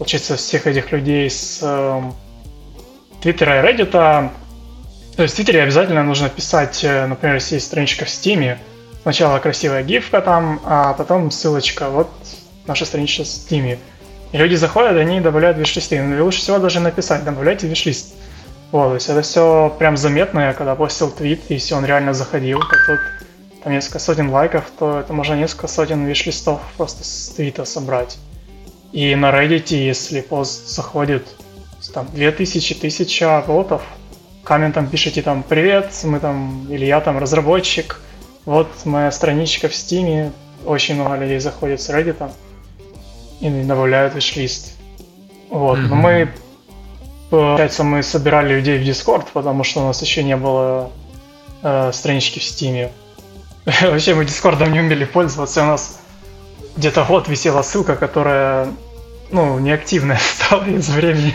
Speaker 3: получается, всех этих людей с э, Твиттера и Реддита. То есть в Твиттере обязательно нужно писать, например, если есть страничка в Стиме, сначала красивая гифка там, а потом ссылочка, вот наша страничка в Стиме. И люди заходят, они добавляют виш-листы. И лучше всего даже написать, добавляйте виш-лист. Вот, то есть это все прям заметно. Я когда постил твит, если он реально заходил, то тут там несколько сотен лайков, то это можно несколько сотен виш-листов просто с твита собрать. И на Reddit, если пост заходит, там две тысячи, тысяча волтов, комментом пишите там «Привет, мы там, или я там разработчик, вот моя страничка в Стиме», очень много людей заходит с Reddit и добавляют виш-лист. Вот, mm-hmm. но мы, получается, мы собирали людей в Discord, потому что у нас еще не было э, странички в Стиме. Вообще мы Дискордом не умели пользоваться, у нас где-то год висела ссылка, которая, ну, неактивная стала из-за времени.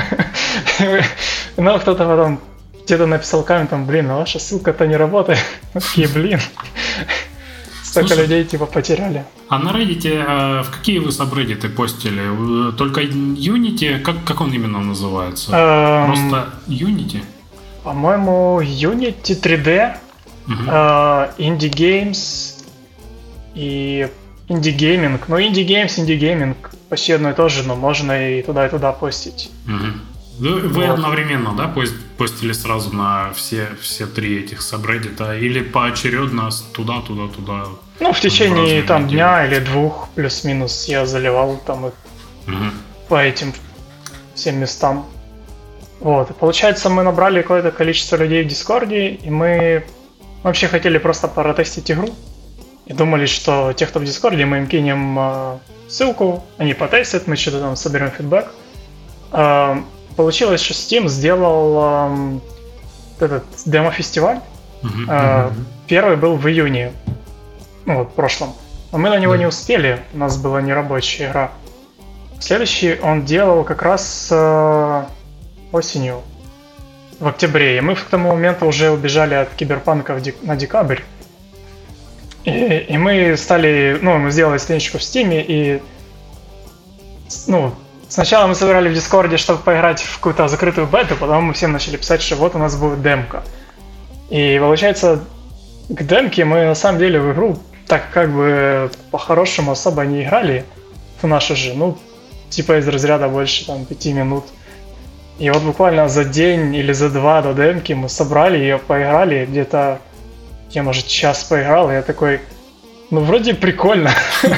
Speaker 3: Но кто-то потом где-то написал комментом, блин, а ваша ссылка-то не работает. Такие, блин. Столько
Speaker 2: Слушай,
Speaker 3: людей типа потеряли.
Speaker 2: А на Reddit э, в какие вы сабреддиты постили? Только Unity? Как, как он именно называется?
Speaker 3: Эм,
Speaker 2: Просто Unity?
Speaker 3: По-моему, Unity три дэ,
Speaker 2: Угу.
Speaker 3: э, Indie Games и Indie Gaming. Ну, Indie Games, Indie Gaming почти одно и то же, но можно и туда, и туда постить.
Speaker 2: Угу. Вы, вы
Speaker 3: Вот.
Speaker 2: одновременно, да, пост- постили сразу на все, все три этих сабреддита? Или поочередно с туда, туда, туда?
Speaker 3: Ну, в течение
Speaker 2: разные
Speaker 3: там
Speaker 2: недели?
Speaker 3: дня или двух, плюс-минус, я заливал там их
Speaker 2: Угу.
Speaker 3: по этим всем местам. Вот, и получается, мы набрали какое-то количество людей в Дискорде, и мы вообще хотели просто протестить игру. И думали, что те, кто в Дискорде, мы им кинем э, ссылку, они потестят, мы что-то там соберем фидбэк. Э, получилось, что Steam сделал э, этот демо-фестиваль.
Speaker 2: Угу.
Speaker 3: Э, Первый был в июне, ну вот, в прошлом. Но мы на него
Speaker 2: Да.
Speaker 3: не успели, у нас была нерабочая игра. Следующий он делал как раз э, осенью, в октябре. И мы к тому моменту уже убежали от Киберпанка в дек- на декабрь. И, и мы стали, ну, мы сделали страничку в Стиме, и, ну, сначала мы собирали в Дискорде, чтобы поиграть в какую-то закрытую бету, потом мы всем начали писать, что вот у нас будет демка. И получается, к демке мы на самом деле в игру так как бы по-хорошему особо не играли, в нашу же, ну, типа из разряда больше там пяти минут. И вот буквально за день или за два до демки мы собрали ее, поиграли, где-то я, может, час поиграл, и я такой, ну, вроде прикольно.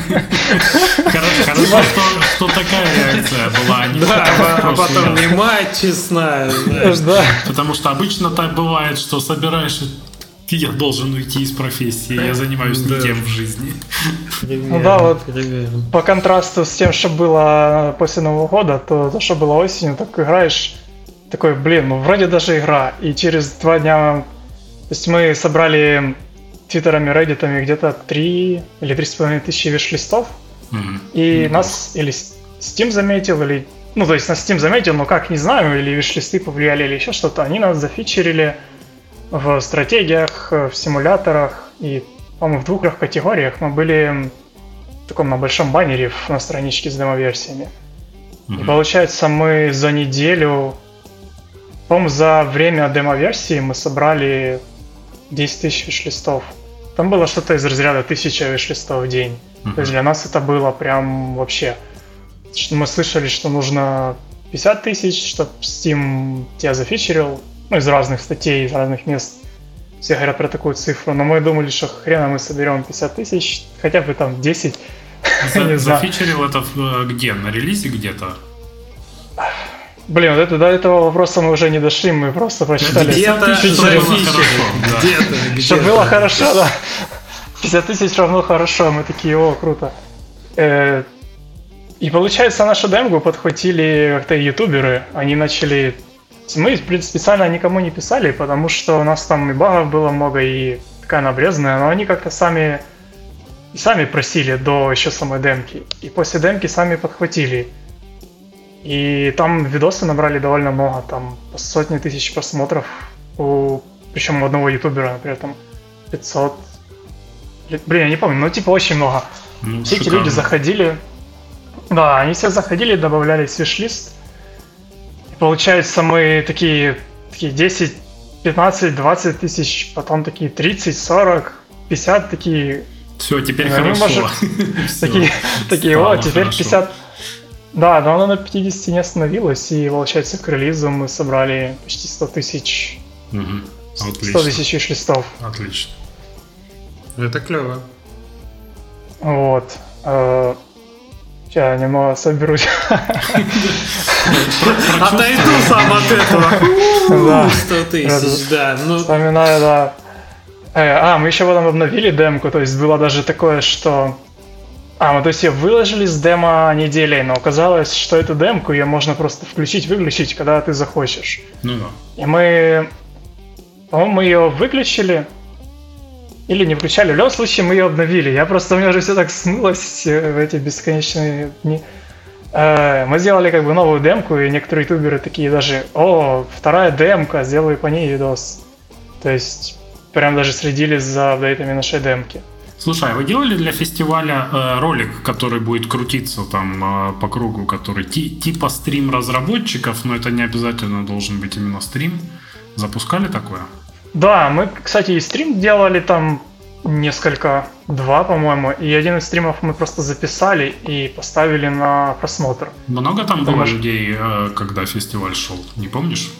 Speaker 2: Хорошо, что, что такая реакция была, а не
Speaker 1: Да,
Speaker 2: как в
Speaker 1: а
Speaker 2: прошлый
Speaker 1: потом
Speaker 2: раз.
Speaker 1: не мать честная, знаешь.
Speaker 3: Да.
Speaker 2: Потому что обычно так бывает, что собираешь, и я должен уйти из профессии, я занимаюсь не
Speaker 1: Да.
Speaker 2: тем в жизни.
Speaker 3: Ну да, вот по контрасту с тем, что было после Нового года, то то, что было осенью, так играешь, такой, блин, ну вроде даже игра. И через два дня, то есть мы собрали твиттерами, реддитами где-то три или три с половиной тысячи виш-листов,
Speaker 2: Мгм.
Speaker 3: и
Speaker 2: Неплохо.
Speaker 3: нас или Steam заметил, или, ну то есть нас Steam заметил, но как, не знаю, или виш-листы повлияли, или еще что-то, они нас зафичерили в стратегиях, в симуляторах, и, по-моему, в двух-трех категориях мы были в таком на большом баннере на страничке с демо-версиями. И
Speaker 2: Мгм.
Speaker 3: получается, мы за неделю, по-моему, за время демо-версии мы собрали десять тысяч виш-листов. Там было что-то из разряда тысяча виш-листов в день.
Speaker 2: Мгм.
Speaker 3: То есть для нас это было прям вообще... Что мы слышали, что нужно пятьдесят тысяч, чтобы Steam тебя зафичерил. Ну, из разных статей, из разных мест. Все говорят про такую цифру. Но мы думали, что хрена мы соберем пятьдесят тысяч, хотя бы там десять.
Speaker 2: За-
Speaker 3: Не знаю.
Speaker 2: Зафичерил это в- где? На релизе где-то?
Speaker 3: Блин, вот это, до этого вопроса мы уже не дошли, мы просто прочитали.
Speaker 1: Где-то
Speaker 2: Тысяча
Speaker 1: за
Speaker 2: было
Speaker 1: фичи.
Speaker 2: хорошо, да.
Speaker 1: Где-то,
Speaker 3: Что
Speaker 1: где-то.
Speaker 3: было хорошо, да. пятьдесят тысяч равно хорошо, мы такие, о, круто. Э, И получается, нашу демку подхватили как-то ютуберы, они начали... Мы в принципе, специально никому не писали, потому что у нас там и багов было много, и такая набрезная, но они как-то сами, и сами просили до еще самой демки. И после демки сами подхватили. И там видосы набрали довольно много, там по сотни тысяч просмотров, у, причем у одного ютубера, например, там пятьсот. Блин, я не помню, но типа очень много.
Speaker 2: Ну,
Speaker 3: Все эти
Speaker 2: шикарно.
Speaker 3: люди заходили, Да, они все заходили, добавляли в виш-лист. И получается, мы такие, такие десять, пятнадцать, двадцать тысяч, потом такие тридцать, сорок, пятьдесят, такие...
Speaker 2: Все, теперь
Speaker 3: ну,
Speaker 2: хорошо.
Speaker 3: Может, такие, такие, о, теперь хорошо. пятьдесят... Да, но она на пятидесяти не остановилась, и, получается, к релизу мы собрали почти сто тысяч...
Speaker 2: Угу.
Speaker 3: сто тысяч виш-листов.
Speaker 2: Отлично.
Speaker 1: Это клево.
Speaker 3: Вот. Сейчас немного соберусь.
Speaker 1: Отойду сам от этого. сто тысяч, да.
Speaker 3: Вспоминаю, да. А, мы еще потом обновили демку, то есть было даже такое, что... А, мы то есть ее выложили с демо неделей, но оказалось, что эту демку ее можно просто включить-выключить, когда ты захочешь.
Speaker 2: Ну да.
Speaker 3: И мы... По-моему, мы ее выключили или не включали. В любом случае, мы ее обновили. Я просто, у меня уже все так смылось в эти бесконечные дни. Мы сделали как бы новую демку, и некоторые ютуберы такие даже: о, вторая демка, сделаю по ней видос. То есть, прям даже следили за апдейтами нашей демки.
Speaker 2: Слушай, а вы делали для фестиваля э, ролик, который будет крутиться там э, по кругу, который ти- типа стрим разработчиков, но это не обязательно должен быть именно стрим? Запускали такое?
Speaker 3: Да, мы, кстати, и стрим делали там несколько, два, по-моему, и один из стримов мы просто записали и поставили на просмотр.
Speaker 2: Много там было Потому... людей, э, когда фестиваль шел, не помнишь?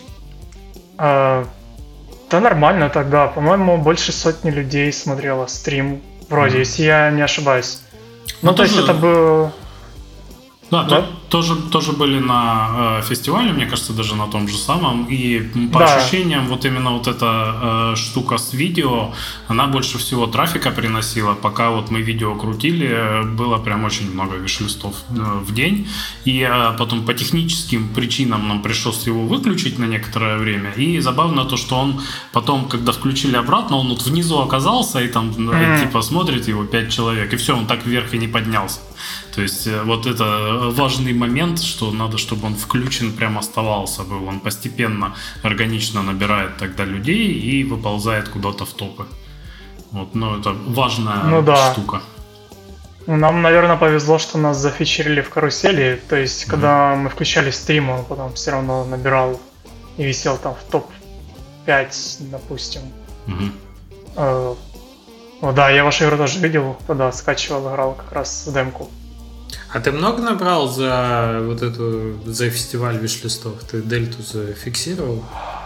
Speaker 3: А, да нормально тогда, по-моему, больше сотни людей смотрело стрим. Вроде, mm. если я не ошибаюсь. Ну, ну то тоже... есть это был...
Speaker 2: Да, да? То, тоже, тоже были на э, фестивале, мне кажется, даже на том же самом. И по
Speaker 3: да.
Speaker 2: ощущениям, вот именно вот эта э, штука с видео, она больше всего трафика приносила. Пока вот мы видео крутили, было прям очень много виш-листов э, в день. И э, потом по техническим причинам нам пришлось его выключить на некоторое время. И забавно то, что он потом, когда включили обратно, он вот внизу оказался, и там mm. типа смотрит его пять человек, и все, он так вверх и не поднялся. То есть вот это важный момент, что надо, чтобы он включен, прям оставался бы. Он постепенно, органично набирает тогда людей и выползает куда-то в топы. Вот, ну, это важная
Speaker 3: ну, да.
Speaker 2: штука.
Speaker 3: Нам, наверное, повезло, что нас зафичерили в карусели. То есть, mm-hmm. когда мы включали стрим, он потом все равно набирал и висел там в топ пять, допустим.
Speaker 2: Mm-hmm.
Speaker 3: Э, ну да, я вашу игру тоже видел, тогда скачивал, играл как раз в демку.
Speaker 1: А ты много набрал за вот эту, за фестиваль виш-листов? Ты дельту зафиксировал?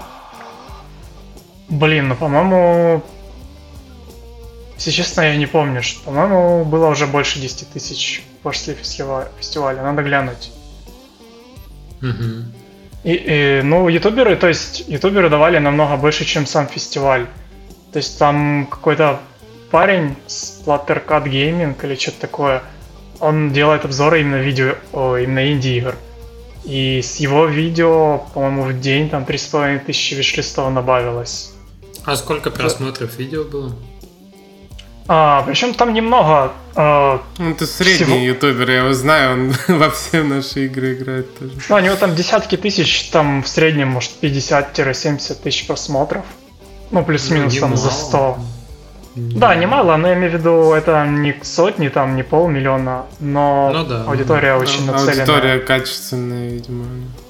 Speaker 3: Блин, ну, по-моему, если честно, я не помню, что, по-моему, было уже больше десять тысяч после фестиваля, надо глянуть.
Speaker 1: Угу.
Speaker 3: И, и, ну, ютуберы, то есть, ютуберы давали намного больше, чем сам фестиваль. То есть, там какой-то парень с Splattercat Gaming или что-то такое, он делает обзоры именно видео, о, именно инди-игр. И с его видео, по-моему, в день там три с половиной тысячи виш-листов набавилось.
Speaker 1: А сколько просмотров видео было?
Speaker 3: А, причем там немного. А,
Speaker 4: ну, это средний всего... ютубер, я его знаю, он во все наши игры играет тоже.
Speaker 3: Ну, у него там десятки тысяч, там в среднем, может, пятьдесят-семьдесят тысяч просмотров. Ну, плюс-минус ну, там за сто. Да, немало, но я имею в виду, это не сотни, там, не полмиллиона, но ну, да, аудитория ну, очень нацелена.
Speaker 4: Аудитория качественная, видимо.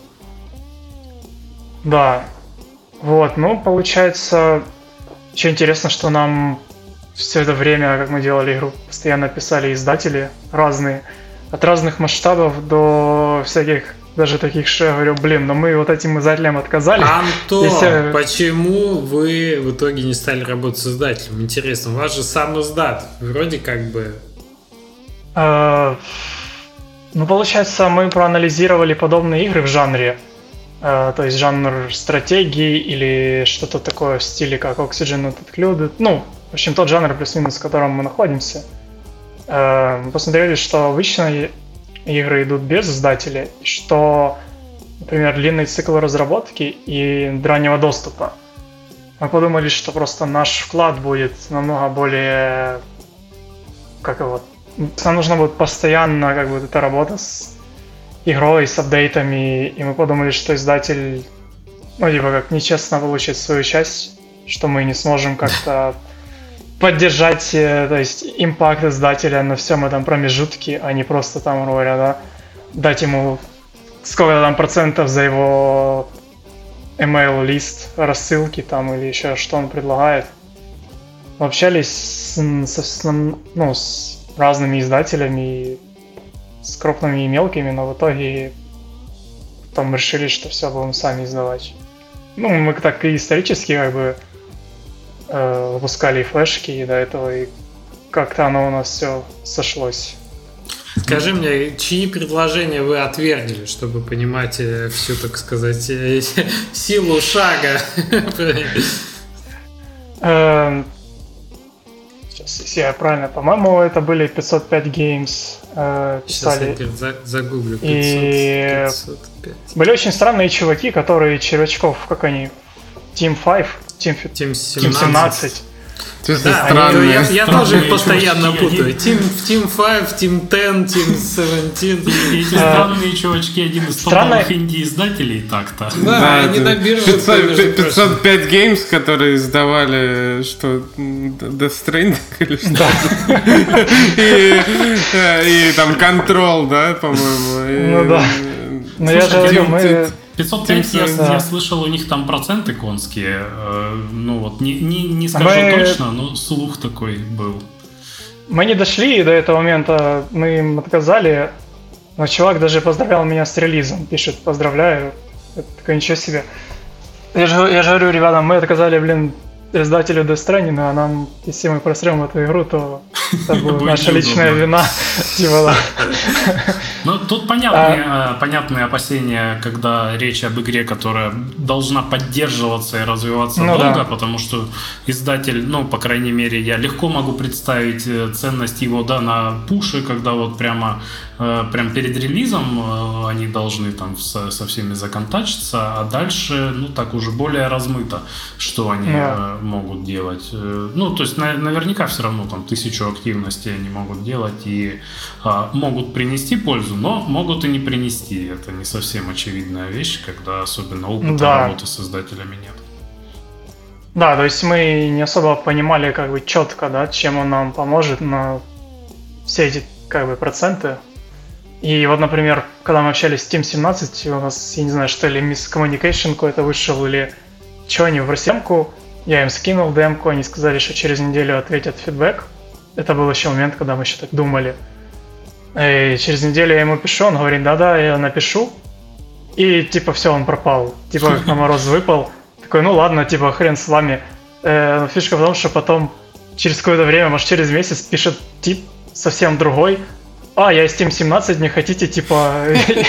Speaker 3: Да. Вот, ну, получается, еще интересно, что нам все это время, как мы делали игру, постоянно писали издатели разные, от разных масштабов до всяких, даже таких, что я говорю, блин, но мы вот этим издателям отказали.
Speaker 1: Антон, Если... почему вы в итоге не стали работать с издателем? Интересно, у вас же сам издат, вроде как бы...
Speaker 3: А, ну, получается, мы проанализировали подобные игры в жанре, а, то есть жанр стратегии или что-то такое в стиле, как Oxygen Included, ну, в общем, тот жанр плюс-минус, в котором мы находимся. А, мы посмотрели, что обычно игры идут без издателя, что, например, длинный цикл разработки и раннего доступа. Мы подумали, что просто наш вклад будет намного более... Как его... Нам нужна будет постоянно как бы эта работа с игрой, с апдейтами, и мы подумали, что издатель, ну, типа, как нечестно получит свою часть, что мы не сможем как-то поддержать, то есть, импакт издателя на всем этом промежутке, а не просто там, грубо говоря, да, дать ему сколько там процентов за его email-лист, рассылки там или еще что он предлагает. Общались с, с, ну, с разными издателями, с крупными и мелкими, но в итоге потом решили, что все будем сами издавать. Ну, мы так и исторически как бы э, выпускали и флешки, и до этого, и как-то оно у нас все сошлось.
Speaker 1: Скажи мне, чьи предложения вы отвергли, чтобы понимать всю, так сказать, силу шага?
Speaker 3: Сейчас, если я правильно, по-моему, это были пятьсот пять Games.
Speaker 1: Писали. Сейчас я загуглю.
Speaker 3: И были очень странные чуваки, которые червячков, как они, Team пять, Team,
Speaker 1: Team
Speaker 3: семнадцать.
Speaker 1: Да, они, я, я тоже их постоянно путаю. Team, Team пять, Team десять, Team семнадцать.
Speaker 2: Эти странные чувачки, один из топовых инди-издателей так-то.
Speaker 1: Да, да, они на бирже.
Speaker 4: пятьсот пять Games, которые издавали, что, Death Stranding или что? И там Control, да, по-моему.
Speaker 3: Ну да. Но я же говорю, мы...
Speaker 2: пятьсот пять, я, да. я слышал, у них там проценты конские. Э, ну вот, не, не, не скажу мы... точно, но слух такой был.
Speaker 3: Мы не дошли до этого момента, мы им отказали. Но чувак даже поздравлял меня с релизом. Пишет, поздравляю. Это такое, ничего себе. Я же, я же говорю, ребята, мы отказали, блин, издателю Death Stranding, а нам, если мы просрем эту игру, то это будет наша личная вина.
Speaker 2: Ну, тут понятные, понятные опасения, когда речь об игре, которая должна поддерживаться и развиваться
Speaker 3: ну,
Speaker 2: долго,
Speaker 3: да.
Speaker 2: потому что издатель, ну, по крайней мере, я легко могу представить ценность его, да, на пуше, когда вот прямо, прям перед релизом они должны там со, со всеми законтачиться, а дальше, ну, так уже более размыто, что они yeah. могут делать. Ну, то есть, на, наверняка все равно там тысячу активностей они могут делать и а, могут принести пользу, но могут и не принести. Это не совсем очевидная вещь, когда особенно опыта
Speaker 3: да.
Speaker 2: работы с издателями нет.
Speaker 3: Да, то есть мы не особо понимали как бы четко, да, чем он нам поможет на все эти как бы проценты. И вот, например, когда мы общались с Team семнадцать, у нас, я не знаю, что ли, miscommunication какой-то вышел, или что они в рассемку, я им скинул демку, они сказали, что через неделю ответят фидбэк. Это был еще момент, когда мы еще так думали. И через неделю я ему пишу, он говорит, да-да, я напишу. И типа все, он пропал. Типа как на мороз выпал. Такой, ну ладно, типа хрен с вами. Э, фишка в том, что потом через какое-то время, может через месяц, пишет тип совсем другой. А, я из Team семнадцать, не хотите, типа...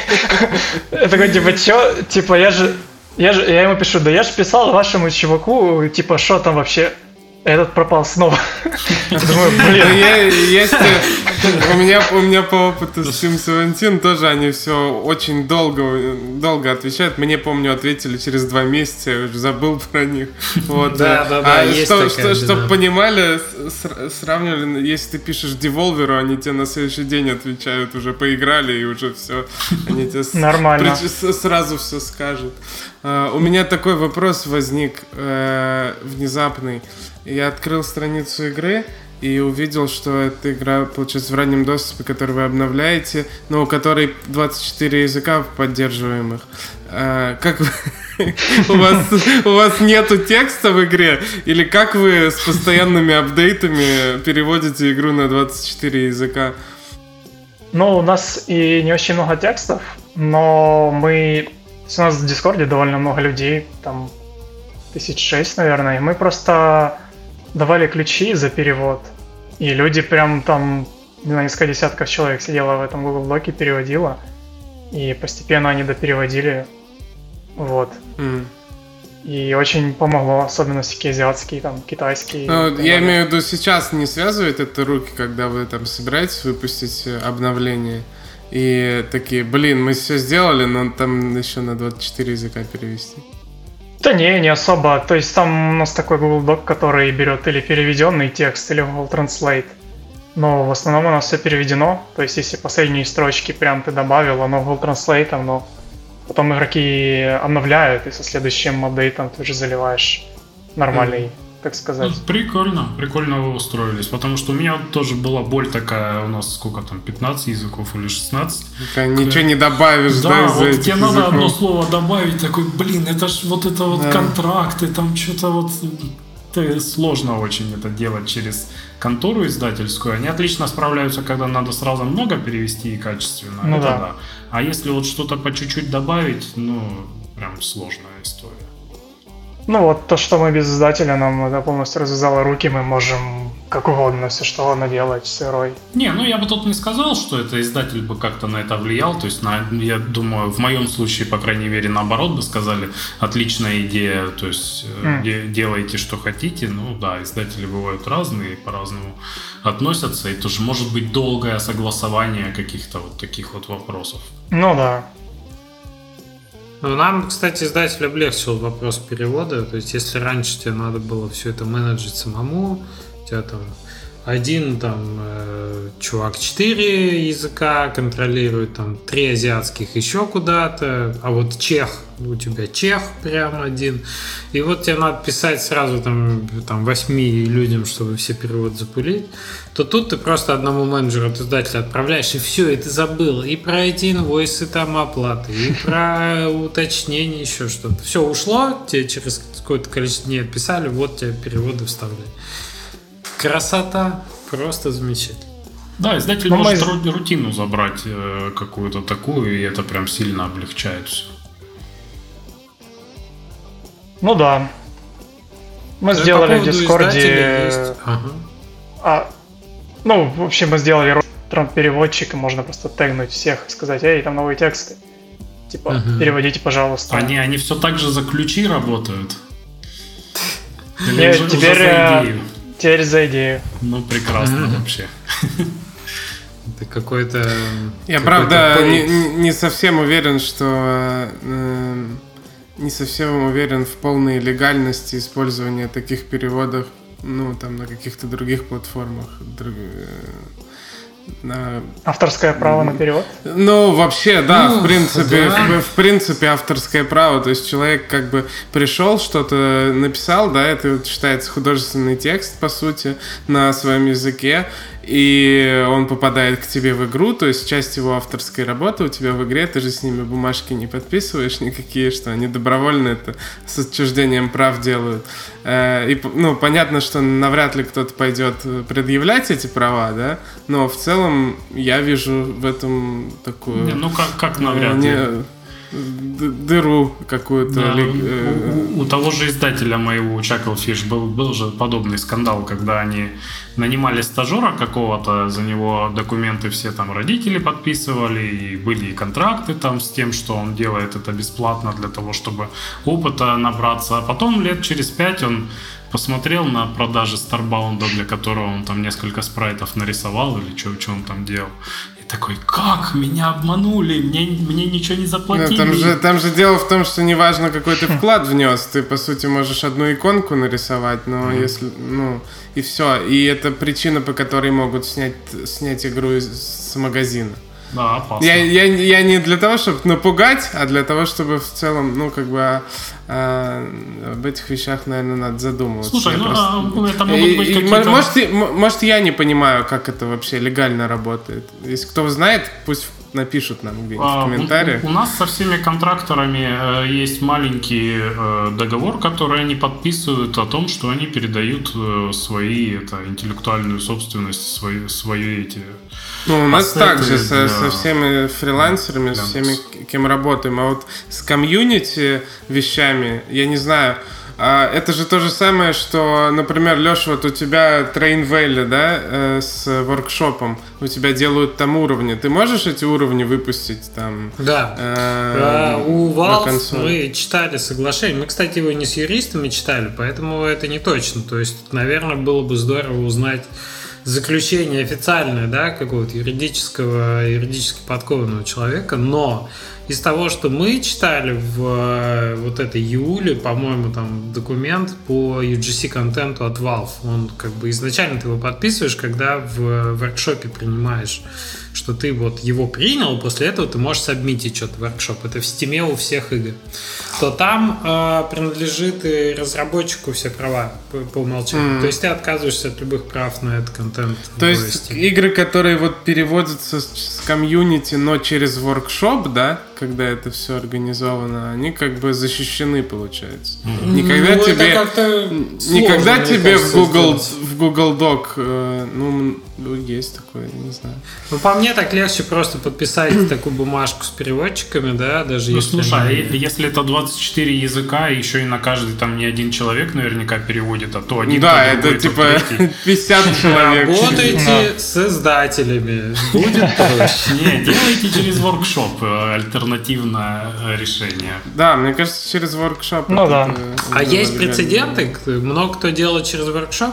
Speaker 3: Я такой, типа, чё? Типа, я же... Я же, я ему пишу, да я же писал вашему чуваку, типа, что там вообще? Этот пропал снова. Думаю, блин.
Speaker 4: Если у меня у меня по опыту с Team семнадцать тоже они все очень долго долго отвечают. Мне, помню, ответили через два месяца, я уже забыл про них. Вот.
Speaker 1: Да, да, да.
Speaker 4: А что, что, чтобы понимали, сравнивали, если ты пишешь Devolver, они тебе на следующий день отвечают, уже поиграли и уже все. Они тебе
Speaker 3: нормально.
Speaker 4: Сразу все скажут. У меня такой вопрос возник внезапный. Я открыл страницу игры и увидел, что эта игра, получается, в раннем доступе, который вы обновляете, но у которой двадцать четыре языка поддерживаемых. А, как вы... у, вас, у вас нету текста в игре? Или как вы с постоянными апдейтами переводите игру на двадцать четыре языка?
Speaker 3: Ну, у нас и не очень много текстов, но мы... У нас в Дискорде довольно много людей, там тысяч шесть, наверное, и мы просто... давали ключи за перевод, и люди прям там, не знаю, несколько десятков человек сидело в этом Google Доке, переводило, и постепенно они допереводили, вот. Mm. И очень помогло, особенно всякие азиатские, там, китайские.
Speaker 4: Ну, я имею в виду, сейчас не связывает это руки, когда вы там собираетесь выпустить обновление, и такие, блин, мы все сделали, но там еще на двадцать четыре языка перевести.
Speaker 3: Да не, не особо. То есть там у нас такой Google Doc, который берет или переведенный текст, или Google Translate. Но в основном у нас все переведено. То есть если последние строчки прям ты добавил, оно Google Translate, но потом игроки обновляют, и со следующим апдейтом ты уже заливаешь нормальный mm. так сказать.
Speaker 2: Ну, прикольно, прикольно вы устроились, потому что у меня тоже была боль такая, у нас сколько там, пятнадцать языков или шестнадцать.
Speaker 4: Да, ничего не добавишь, да,
Speaker 2: да,
Speaker 4: из
Speaker 2: вот
Speaker 4: этих
Speaker 2: тебе
Speaker 4: языков.
Speaker 2: надо одно слово добавить, такой, блин, это ж вот это вот
Speaker 4: Да.
Speaker 2: контракты, там что-то вот... Это сложно очень это делать через контору издательскую. Они отлично справляются, когда надо сразу много перевести и качественно.
Speaker 3: Ну
Speaker 2: это
Speaker 3: да.
Speaker 2: да. А если вот что-то по чуть-чуть добавить, ну, прям сложная история.
Speaker 3: Ну вот то, что мы без издателя, нам это полностью развязало руки, мы можем как угодно, все что угодно делать сырой.
Speaker 2: Не, ну я бы тут не сказал, что это издатель бы как-то на это влиял. То есть, на, я думаю, в моем случае, по крайней мере, наоборот бы сказали, отличная идея, то есть
Speaker 3: Mm.
Speaker 2: де- делайте, что хотите. Ну да, издатели бывают разные, по-разному относятся. И тоже может быть долгое согласование каких-то вот таких вот вопросов.
Speaker 3: Ну да.
Speaker 1: Ну, нам, кстати, издатель облегчил вопрос перевода. То есть, если раньше тебе надо было все это менеджить самому, у тебя там один там э, чувак четыре языка контролирует, там три азиатских еще куда-то, а вот чех, у тебя чех прям один. И вот тебе надо писать сразу там, там восьми людям, чтобы все переводы запулить, то тут ты просто одному менеджеру от издателя отправляешь, и все, и ты забыл. И про эти инвойсы там оплаты, и про уточнение, еще что-то. Все ушло, тебе через какое-то количество дней отписали, вот тебе переводы вставляй. Красота, просто замечательно.
Speaker 2: Да, издатель
Speaker 3: Но
Speaker 2: может
Speaker 3: мы-
Speaker 2: ру- рутину забрать э, какую-то такую, и это прям сильно облегчает все.
Speaker 3: Ну да. Мы
Speaker 1: Да,
Speaker 3: сделали
Speaker 1: по
Speaker 3: в
Speaker 1: поводу
Speaker 3: Дискорде...
Speaker 1: издателей есть. Ага.
Speaker 3: А, ну, в общем, мы сделали переводчик, и можно просто тегнуть всех и сказать, эй, там новые тексты. Типа,
Speaker 1: Мгм.
Speaker 3: переводите, пожалуйста.
Speaker 2: Они, они все так же за ключи работают? Или
Speaker 3: Нет,
Speaker 2: уже- уже
Speaker 3: теперь,
Speaker 2: за
Speaker 3: э,
Speaker 2: идею?
Speaker 3: Теперь за идею.
Speaker 2: Ну, прекрасно
Speaker 1: Мгм.
Speaker 2: вообще.
Speaker 1: Это какой-то...
Speaker 4: Я,
Speaker 1: какой-то
Speaker 4: правда,
Speaker 1: поинт.
Speaker 4: не, не- не совсем уверен, что... э, не совсем уверен в полной легальности использования таких переводов, ну, там, на каких-то других платформах. друг- э, на...
Speaker 3: Авторское право на перевод.
Speaker 4: Ну, вообще, да,
Speaker 1: Ну,
Speaker 4: в принципе,
Speaker 1: да.
Speaker 4: В, в принципе, авторское право. То есть человек как бы пришел, что-то написал, да, это вот считается художественный текст, по сути, на своем языке, и он попадает к тебе в игру, то есть часть его авторской работы у тебя в игре, ты же с ними бумажки не подписываешь никакие, что они добровольно это с отчуждением прав делают. Э, И, ну, понятно, что навряд ли кто-то пойдет предъявлять эти права, да, но в целом я вижу в этом такую...
Speaker 2: Не, ну как, как
Speaker 4: Э,
Speaker 2: навряд ли?
Speaker 4: не- д- дыру какую-то.
Speaker 2: Да,
Speaker 4: ли- э,
Speaker 2: у, у- у того же издателя моего, у Chucklefish, был, был же подобный скандал, когда они нанимали стажера какого-то, за него документы все там родители подписывали, и были и контракты там с тем, что он делает это бесплатно для того, чтобы опыта набраться. А потом лет через пять он посмотрел на продажи Старбаунда, для которого он там несколько спрайтов нарисовал или что он там делал. И такой, как? Меня обманули, мне, мне ничего не
Speaker 4: ну,
Speaker 2: заплатили.
Speaker 4: там, же, там же дело в том, что неважно, какой ты вклад внес, ты, по сути, можешь одну иконку нарисовать, но
Speaker 2: Мгм.
Speaker 4: если, ну, и все. И это причина, по которой могут снять, снять игру из, с магазина.
Speaker 2: Да, опасно.
Speaker 4: Я, я, я не для того, чтобы напугать, а для того, чтобы в целом, ну, как бы а, а, об этих вещах, наверное, надо задумываться.
Speaker 2: Слушай,
Speaker 4: Я
Speaker 2: ну
Speaker 4: просто-
Speaker 2: а, это могут
Speaker 4: И-
Speaker 2: быть
Speaker 4: и,
Speaker 2: какие-то...
Speaker 4: может, и- м- может, я не понимаю, как это вообще легально работает. Если кто знает, пусть напишут нам где-нибудь
Speaker 2: А,
Speaker 4: в комментариях.
Speaker 2: У, у нас со всеми контракторами э, есть маленький э, договор, который они подписывают о том, что они передают э, свои, это, интеллектуальную собственность, свои, свои эти...
Speaker 4: Ну, у нас
Speaker 2: ассеты
Speaker 4: также со,
Speaker 2: для-
Speaker 4: со всеми фрилансерами,
Speaker 2: для
Speaker 4: со всеми,
Speaker 2: нас.
Speaker 4: кем работаем. А вот с комьюнити вещами, я не знаю, а, это же то же самое, что, например, Леша, вот у тебя Train Valley, да, э, с воркшопом, у тебя делают там уровни. Ты можешь эти уровни выпустить там?
Speaker 1: Да.
Speaker 4: э,
Speaker 1: А, у
Speaker 4: на
Speaker 1: Valve
Speaker 4: консоль?
Speaker 1: мы читали соглашение. Мы, кстати, его не с юристами читали, поэтому это не точно. То есть, наверное, было бы здорово узнать заключение официальное, да, какого-то юридического, юридически подкованного человека, но из того, что мы читали в вот этой июле, по-моему, там документ по ю джи си-контенту от Valve. Он как бы изначально ты его подписываешь, когда в воркшопе принимаешь, что ты вот его принял, после этого ты можешь сабмитить что-то в воркшоп. Это в стиме у всех игр. То там э, принадлежит и разработчику все права по, по умолчанию. Mm. То есть ты отказываешься от любых прав на этот контент.
Speaker 4: То есть Steam. Игры, которые вот переводятся с, с комьюнити, но через воркшоп, да, когда это все организовано, они как бы защищены, получается. Mm. Никогда
Speaker 1: ну,
Speaker 4: тебе, никогда
Speaker 1: сложно,
Speaker 4: тебе
Speaker 1: кажется,
Speaker 4: в Google, в Google Doc, э, ну, есть такое, не знаю.
Speaker 1: Ну, по мне так легче просто подписать такую бумажку с переводчиками, да, даже
Speaker 2: ну,
Speaker 1: если...
Speaker 2: Слушай,
Speaker 1: они...
Speaker 2: если это двадцать четыре языка, и еще и на каждый там не один человек наверняка переводит, а то один,
Speaker 4: да,
Speaker 2: то другой,
Speaker 4: это типа
Speaker 2: третий.
Speaker 4: пятьдесят человек.
Speaker 1: Работайте с издателями, будет проще.
Speaker 2: Не, делайте через воркшоп альтернативное решение.
Speaker 4: Да, мне кажется, через воркшоп.
Speaker 3: Ну да.
Speaker 1: А есть прецеденты? Много кто делает через воркшоп?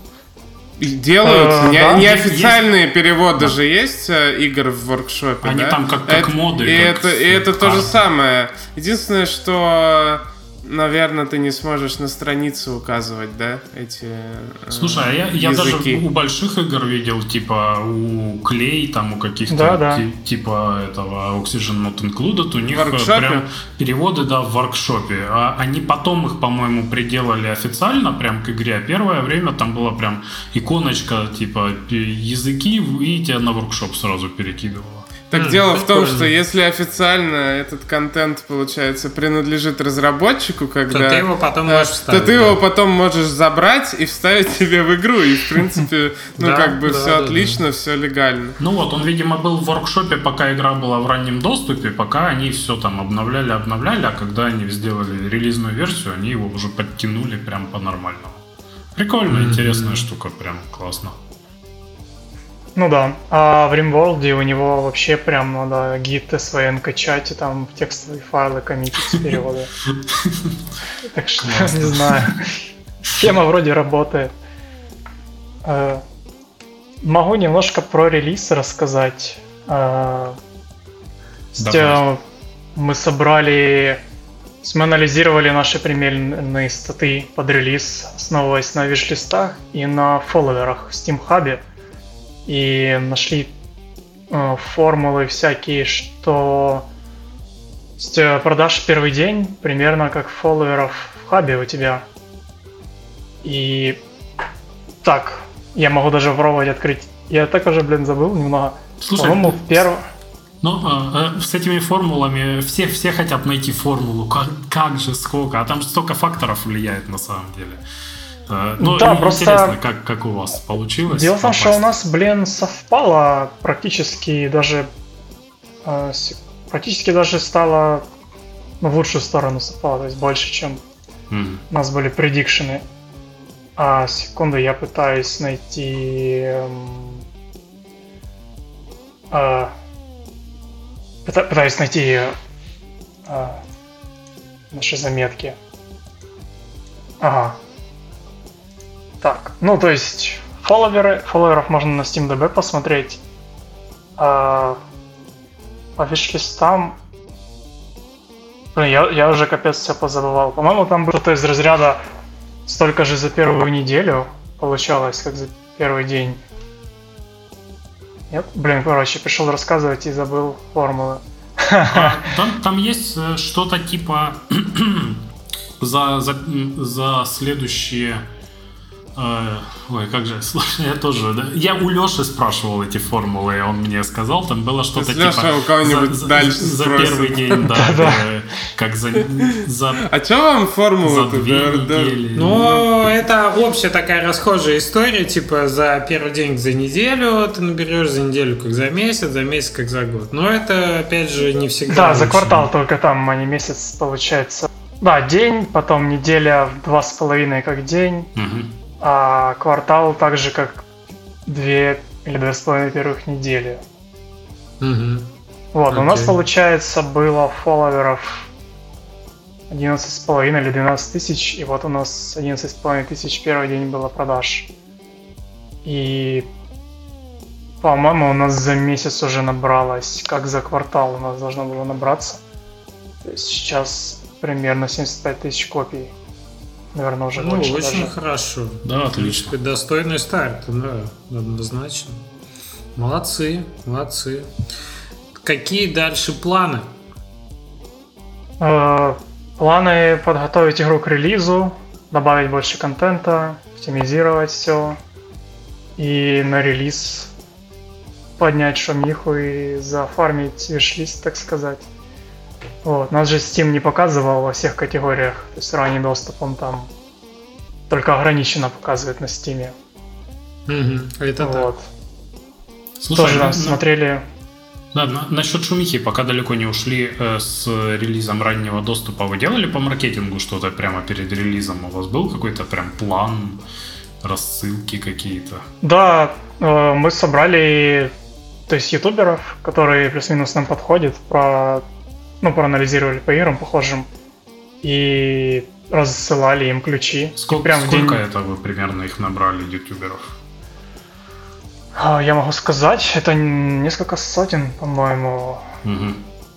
Speaker 4: Делают
Speaker 3: Uh,
Speaker 4: не,
Speaker 3: да.
Speaker 4: неофициальные
Speaker 2: есть...
Speaker 4: переводы
Speaker 2: да.
Speaker 4: же есть игр в воркшопе.
Speaker 2: Они
Speaker 4: да?
Speaker 2: там как, как
Speaker 4: это,
Speaker 2: моды.
Speaker 4: И
Speaker 2: как
Speaker 4: это, и это то же самое. Единственное, что, наверное, ты не сможешь на странице указывать, да, эти
Speaker 2: Слушай, а я, я даже у больших игр видел, типа у Клей, там у каких-то
Speaker 3: да, да.
Speaker 2: ти, типа этого Oxygen Not Included, у них
Speaker 4: воркшопе?
Speaker 2: Прям переводы, да, в воркшопе. А они потом их, по-моему, приделали официально прям к игре. А первое время там была прям иконочка, типа языки, и тебя на воркшоп сразу перекидывало.
Speaker 4: Так
Speaker 1: Mm,
Speaker 4: дело в том,
Speaker 1: прикольно.
Speaker 4: что если официально этот контент, получается, принадлежит разработчику, когда...
Speaker 1: То ты его потом
Speaker 4: э,
Speaker 1: можешь вставить.
Speaker 4: То ты
Speaker 1: да.
Speaker 4: его потом можешь забрать и вставить себе в игру. И, в принципе, ну,
Speaker 1: Да,
Speaker 4: как бы
Speaker 1: да,
Speaker 4: все
Speaker 1: да,
Speaker 4: отлично, все легально.
Speaker 2: Ну вот, он, видимо, был в воркшопе, пока игра была в раннем доступе, пока они все там обновляли, обновляли, а когда они сделали релизную версию, они его уже подтянули прям по-нормальному. Прикольно, mm-hmm. интересная штука, прям классно.
Speaker 3: Ну да, а в RimWorld у него вообще прям надо гид эс ви эн качать и там текстовые файлы коммитить с перевода. Так что, не знаю. Тема вроде работает. Могу немножко про релиз рассказать. Мы собрали, мы анализировали наши примерные статы под релиз, основываясь на виш-листах и на фолловерах в Steam Hub. И нашли э, формулы всякие, что продаж первый день примерно как фолловеров в хабе у тебя. И так, я могу даже попробовать открыть. Я так уже, блин, забыл немного.
Speaker 2: Слушай,
Speaker 3: по-моему, перв...
Speaker 2: ну, э, э, с этими формулами все, все хотят найти формулу. Как, как же, сколько? А там столько факторов влияет на самом деле. Ну,
Speaker 3: да,
Speaker 2: интересно,
Speaker 3: просто
Speaker 2: как, как у вас получилось?
Speaker 3: Дело в том,
Speaker 2: попасть?
Speaker 3: что у нас, блин, совпало практически даже э, практически даже стало ну, в лучшую сторону совпало, то есть больше, чем mm. у нас были предикшены. А секунду, я пытаюсь найти э, э, пыта, пытаюсь найти э, наши заметки. Ага. Так, ну то есть фолловеры, фолловеров можно на SteamDB посмотреть. А, по виш-листам... Блин, я, я уже капец все позабывал. По-моему, там было что-то из разряда столько же за первую неделю получалось, как за первый день. Нет? Блин, короче, пришел рассказывать и забыл формулы.
Speaker 2: А, там, там есть что-то типа за, за, за следующие... Ой, как же, слушай, я тоже, да? Я у Лёши спрашивал эти формулы, и он мне сказал, там было что-то типа
Speaker 4: Лёша у кого-нибудь
Speaker 2: за,
Speaker 4: дальше
Speaker 2: за
Speaker 4: спросит.
Speaker 2: первый день, да, как за, за...
Speaker 4: А чё вам формула?
Speaker 2: За две недели.
Speaker 1: Ну, это общая такая расхожая история, типа за первый день за неделю ты наберешь, за неделю как за месяц, за месяц как за год. Но это, опять же, не всегда
Speaker 3: Да,
Speaker 1: лучше.
Speaker 3: за квартал только там, а не месяц получается. Да, день, потом неделя в два с половиной как день.
Speaker 2: Угу.
Speaker 3: А квартал так же, как две или две с половиной первых недели.
Speaker 1: Угу.
Speaker 3: Вот,
Speaker 1: Окей.
Speaker 3: у нас, получается, было фолловеров одиннадцать с половиной или двенадцать тысяч, и вот у нас одиннадцать с половиной тысяч первый день было продаж. И По-моему, у нас за месяц уже набралось, как за квартал у нас должно было набраться. То есть сейчас примерно семьдесят пять тысяч копий. Наверное, уже
Speaker 1: Ну,
Speaker 3: больше
Speaker 1: очень
Speaker 3: даже.
Speaker 1: хорошо.
Speaker 2: Да, отлично.
Speaker 1: Достойный старт, да, однозначно. Молодцы, молодцы. Какие дальше планы?
Speaker 3: Э, Планы подготовить игру к релизу, добавить больше контента, оптимизировать все. И на релиз поднять шумиху и зафармить виш-лист, так сказать. Вот. Нас же Steam не показывал во всех категориях. То есть ранний доступ он там только ограниченно показывает на Steam.
Speaker 1: Угу, это
Speaker 3: Вот.
Speaker 2: Слушай,
Speaker 3: Тоже
Speaker 2: на-
Speaker 3: там
Speaker 2: на-
Speaker 3: смотрели.
Speaker 2: Да, на- насчет шумихи, пока далеко не ушли э, с релизом раннего доступа, вы делали по маркетингу что-то прямо перед релизом? У вас был какой-то прям план, рассылки какие-то?
Speaker 3: Да, э, мы собрали, то есть ютуберов, которые плюс-минус нам подходят, про, ну, проанализировали по играм похожим и рассылали им ключи.
Speaker 2: Сколько,
Speaker 3: Прям в
Speaker 2: сколько
Speaker 3: день.
Speaker 2: это вы примерно их набрали, ютуберов?
Speaker 3: А, Я могу сказать, это несколько сотен, по-моему.
Speaker 2: Мгм.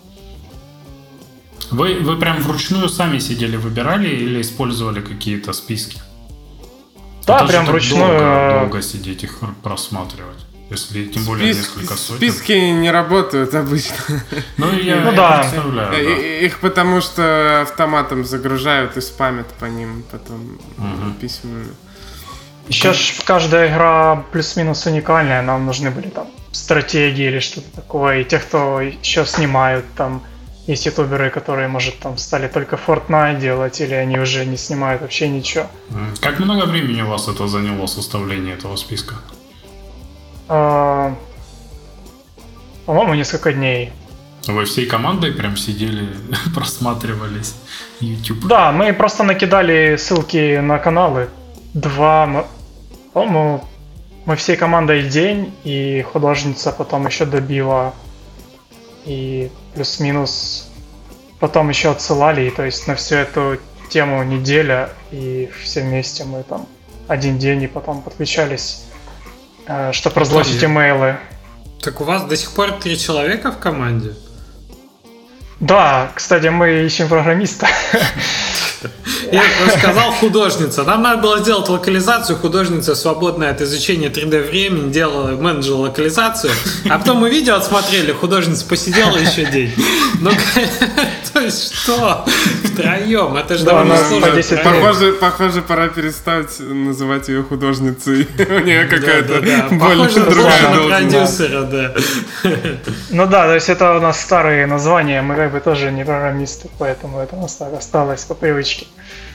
Speaker 2: Вы, вы прям вручную сами сидели, выбирали или использовали какие-то списки?
Speaker 3: Да,
Speaker 2: Это же
Speaker 3: прям
Speaker 2: так
Speaker 3: вручную.
Speaker 2: Долго,
Speaker 3: э,
Speaker 2: долго сидеть их просматривать. Если тем более
Speaker 4: Спис-
Speaker 2: несколько сотен.
Speaker 4: Списки не работают обычно.
Speaker 2: Ну, я,
Speaker 3: Ну
Speaker 2: я
Speaker 3: да.
Speaker 2: представляю, да.
Speaker 4: И- Их потому что автоматом загружают и спамят по ним потом
Speaker 2: Мгм.
Speaker 4: письмами.
Speaker 3: Еще ж каждая игра плюс-минус уникальная, нам нужны были там стратегии или что-то такое. И те, кто еще снимают, там есть ютуберы, которые, может, там стали только Fortnite делать, или они уже не снимают вообще ничего.
Speaker 2: М. Как много времени у вас это заняло, составление этого списка?
Speaker 3: А, По-моему, несколько дней.
Speaker 2: Вы всей командой прям сидели, просматривались YouTube?
Speaker 3: Да, мы просто накидали ссылки на каналы. Два, м- по-моему, мы всей командой день, и художница потом еще добила. И плюс-минус потом еще отсылали, и то есть на всю эту тему неделя, и все вместе мы там один день, и потом подключались, чтобы разлочить
Speaker 1: Понятно.
Speaker 3: имейлы.
Speaker 1: Так у вас до сих пор три человека в команде?
Speaker 3: Да, кстати, мы ищем программиста.
Speaker 1: Я просто сказал художница. Нам надо было сделать локализацию. Художница, свободная от изучения три дэ времени, делала, менеджер локализацию. А потом мы видео отсмотрели, художница посидела еще день. Ну, то есть что? Втроем. Это же
Speaker 3: Да,
Speaker 1: довольно
Speaker 3: у нас
Speaker 1: сложно.
Speaker 3: по десять
Speaker 1: проект.
Speaker 4: Похоже, похоже, пора перестать называть ее художницей. У нее какая-то
Speaker 1: Да-да-да.
Speaker 4: более
Speaker 1: Похоже на
Speaker 4: другая
Speaker 1: на
Speaker 4: должность.
Speaker 1: продюсера, да.
Speaker 3: Ну да, то есть это у нас старые названия, мы как бы тоже не программисты, поэтому это у нас так осталось по привычке.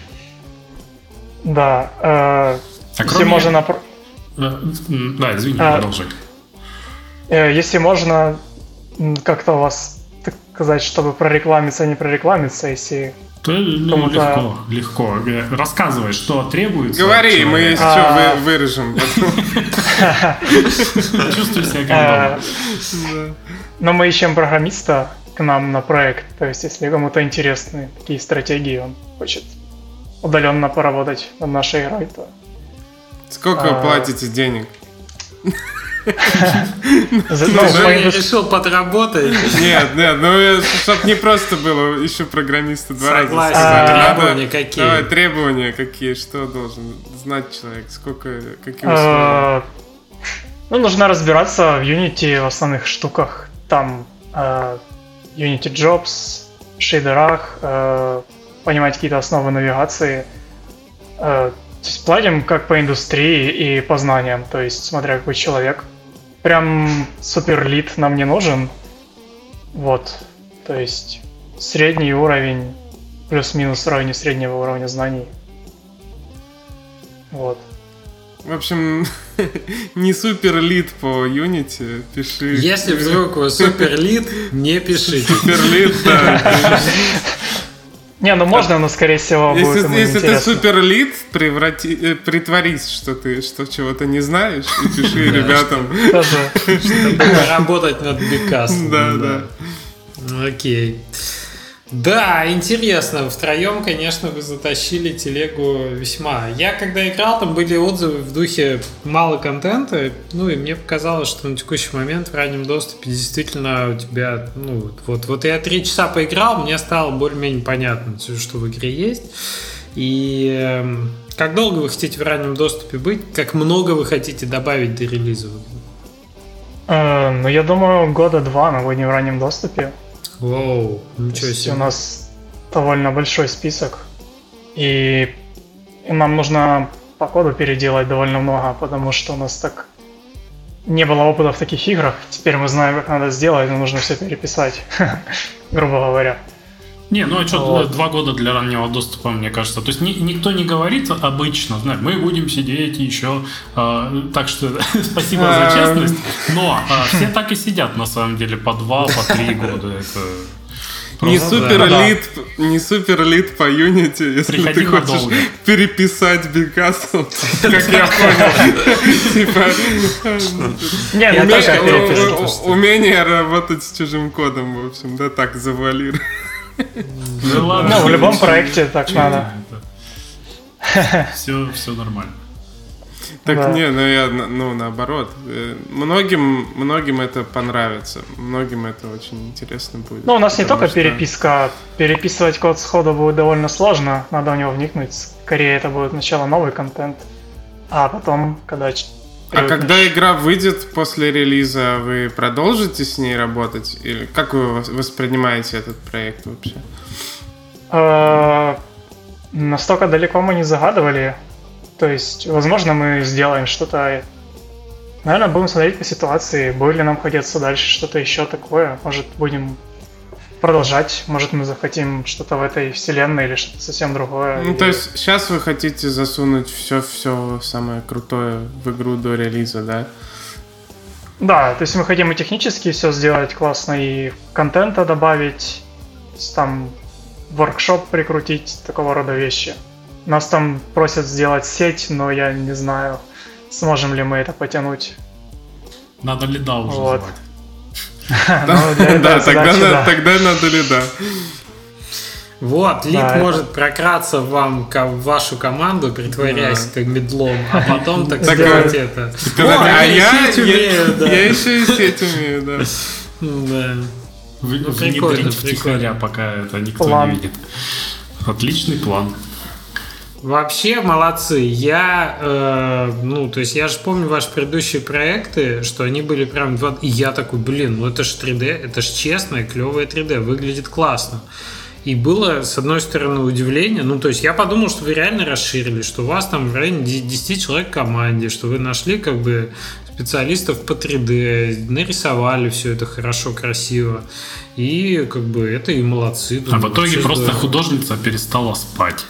Speaker 3: Да, э,
Speaker 2: А
Speaker 3: если
Speaker 2: кроме-
Speaker 3: можно, напр-
Speaker 2: Э, м, Да, извини,
Speaker 3: А,
Speaker 2: продолжай.
Speaker 3: э, если можно м, как-то у вас, так сказать, чтобы прорекламиться, не прорекламиться, если...
Speaker 2: Да, ну,
Speaker 3: кому-то-
Speaker 2: легко, легко. Э, Рассказывай, что требуется. от
Speaker 4: Говори, мы
Speaker 2: человека.
Speaker 4: еще
Speaker 3: А.
Speaker 4: вы- вырежем. потом.
Speaker 2: Чувствуй себя как
Speaker 3: э,
Speaker 2: дома.
Speaker 3: Но мы ищем программиста к нам на проект, то есть если кому-то интересны такие стратегии, он хочет удаленно поработать над нашей игрой, то...
Speaker 4: Сколько
Speaker 3: А.
Speaker 4: вы платите денег?
Speaker 3: За- ну,
Speaker 1: Уже
Speaker 3: по
Speaker 1: я
Speaker 3: индус-
Speaker 1: решил подработать.
Speaker 4: Нет, нет, ну чтобы не просто было, еще программисты два раза
Speaker 1: Согласен.
Speaker 4: сказали.
Speaker 3: А,
Speaker 4: Надо-
Speaker 1: требования какие?
Speaker 4: Давай, требования какие, что должен знать человек, сколько, какие условия.
Speaker 3: Э, Ну, нужно разбираться в Unity в основных штуках. Там э, Unity Jobs, шейдерах, э, понимать какие-то основы навигации. Э, то есть платим как по индустрии и по знаниям, то есть смотря какой человек. Прям супер лид нам не нужен. Вот. То есть средний уровень, плюс-минус в районе среднего уровня знаний. Вот.
Speaker 4: В общем, не супер лид по Unity, пиши.
Speaker 1: Если вдруг вы супер лид, не пишите.
Speaker 4: Супер лид, да.
Speaker 3: Не, ну можно, но скорее всего будет
Speaker 4: Если,
Speaker 3: ему
Speaker 4: если ты
Speaker 3: интересно.
Speaker 4: супер лид, преврати, э, притворись, что ты что чего-то не знаешь, и пиши ребятам.
Speaker 3: Тоже.
Speaker 1: Работать над Бекасом.
Speaker 4: Да, да.
Speaker 1: Окей. Да, интересно. Втроем, конечно, вы затащили телегу весьма. Я когда играл, там были отзывы в духе мало контента. Ну и мне показалось, что на текущий момент в раннем доступе действительно у тебя... Ну вот, вот я три часа поиграл, мне стало более-менее понятно, что в игре есть. И э, как долго вы хотите в раннем доступе быть? Как много вы хотите добавить до релиза?
Speaker 3: Э, ну я думаю, года два мы будем в раннем доступе.
Speaker 1: Воу, ничего себе.
Speaker 3: У нас довольно большой список, и, и нам нужно по коду переделать довольно много, потому что у нас так не было опыта в таких играх. Теперь мы знаем, как надо сделать, но нужно все переписать, грубо говоря.
Speaker 2: Не, ну а что, вот. Два года для раннего доступа, мне кажется. То есть ни, никто не говорит обычно, знаешь, мы будем сидеть еще, э, так что спасибо за честность, но э, все так и сидят на самом деле по два, по три года. Это
Speaker 4: не супер лид, не супер лид по Unity, если
Speaker 2: Приходи
Speaker 4: ты хочешь
Speaker 2: надолго.
Speaker 4: переписать Big Castle, как я понял. Умение работать с чужим кодом, в общем, да, так завуалируй.
Speaker 2: Ну, ладно.
Speaker 3: Ну, в любом проекте так надо.
Speaker 2: Все, все нормально.
Speaker 4: Так
Speaker 3: да.
Speaker 4: не, ну я, ну наоборот. Многим, многим это понравится. Многим это очень интересно будет.
Speaker 3: Ну, у нас не только
Speaker 4: что...
Speaker 3: переписка. Переписывать код сходу будет довольно сложно. Надо в него вникнуть. Скорее, это будет сначала новый контент. А потом, когда...
Speaker 4: А когда игра выйдет после релиза, вы продолжите с ней работать? Или как вы воспринимаете этот проект вообще?
Speaker 3: Э-э- настолько далеко мы не загадывали. То есть, возможно, мы сделаем что-то... Наверное, будем смотреть по ситуации, будет ли нам хотеться дальше что-то еще такое. Может, будем продолжать, может, мы захотим что-то в этой вселенной или что-то совсем другое.
Speaker 4: Ну,
Speaker 3: или...
Speaker 4: то есть, сейчас вы хотите засунуть все-все самое крутое в игру до релиза, да?
Speaker 3: Да, то есть мы хотим и технически все сделать классно, и контента добавить, там, воркшоп прикрутить, такого рода вещи. Нас там просят сделать сеть, но я не знаю, сможем ли мы это потянуть.
Speaker 2: Надо лида уже
Speaker 3: Вот.
Speaker 2: звать.
Speaker 4: Да, тогда надо лида.
Speaker 1: Вот, лид
Speaker 3: Да,
Speaker 1: может прократься вам в вашу команду, притворяясь
Speaker 4: Да.
Speaker 1: как медлом, а потом так
Speaker 4: Так,
Speaker 1: сделать это.
Speaker 4: Сказать,
Speaker 1: О,
Speaker 4: а
Speaker 1: я
Speaker 4: я,
Speaker 1: сеть умею, да.
Speaker 4: я еще и сеть умею, да.
Speaker 1: Да.
Speaker 2: Вы-
Speaker 1: Ну, прикольно,
Speaker 2: Внедрить
Speaker 1: прикольно.
Speaker 2: втихаря, пока это никто
Speaker 3: План.
Speaker 2: не видит. Отличный план.
Speaker 1: Вообще молодцы. Я, э, ну, то есть я же помню ваши предыдущие проекты, что они были прям... два- И я такой, блин, ну это ж три дэ, это ж честное, клевое три дэ, выглядит классно. И было, с одной стороны, удивление, ну, то есть я подумал, что вы реально расширили, что у вас там в районе десять человек в команде, что вы нашли как бы специалистов по три дэ, нарисовали все это хорошо, красиво. И как бы это и молодцы.
Speaker 2: А в итоге
Speaker 1: вообще
Speaker 2: просто
Speaker 1: здорово.
Speaker 2: художница перестала спать.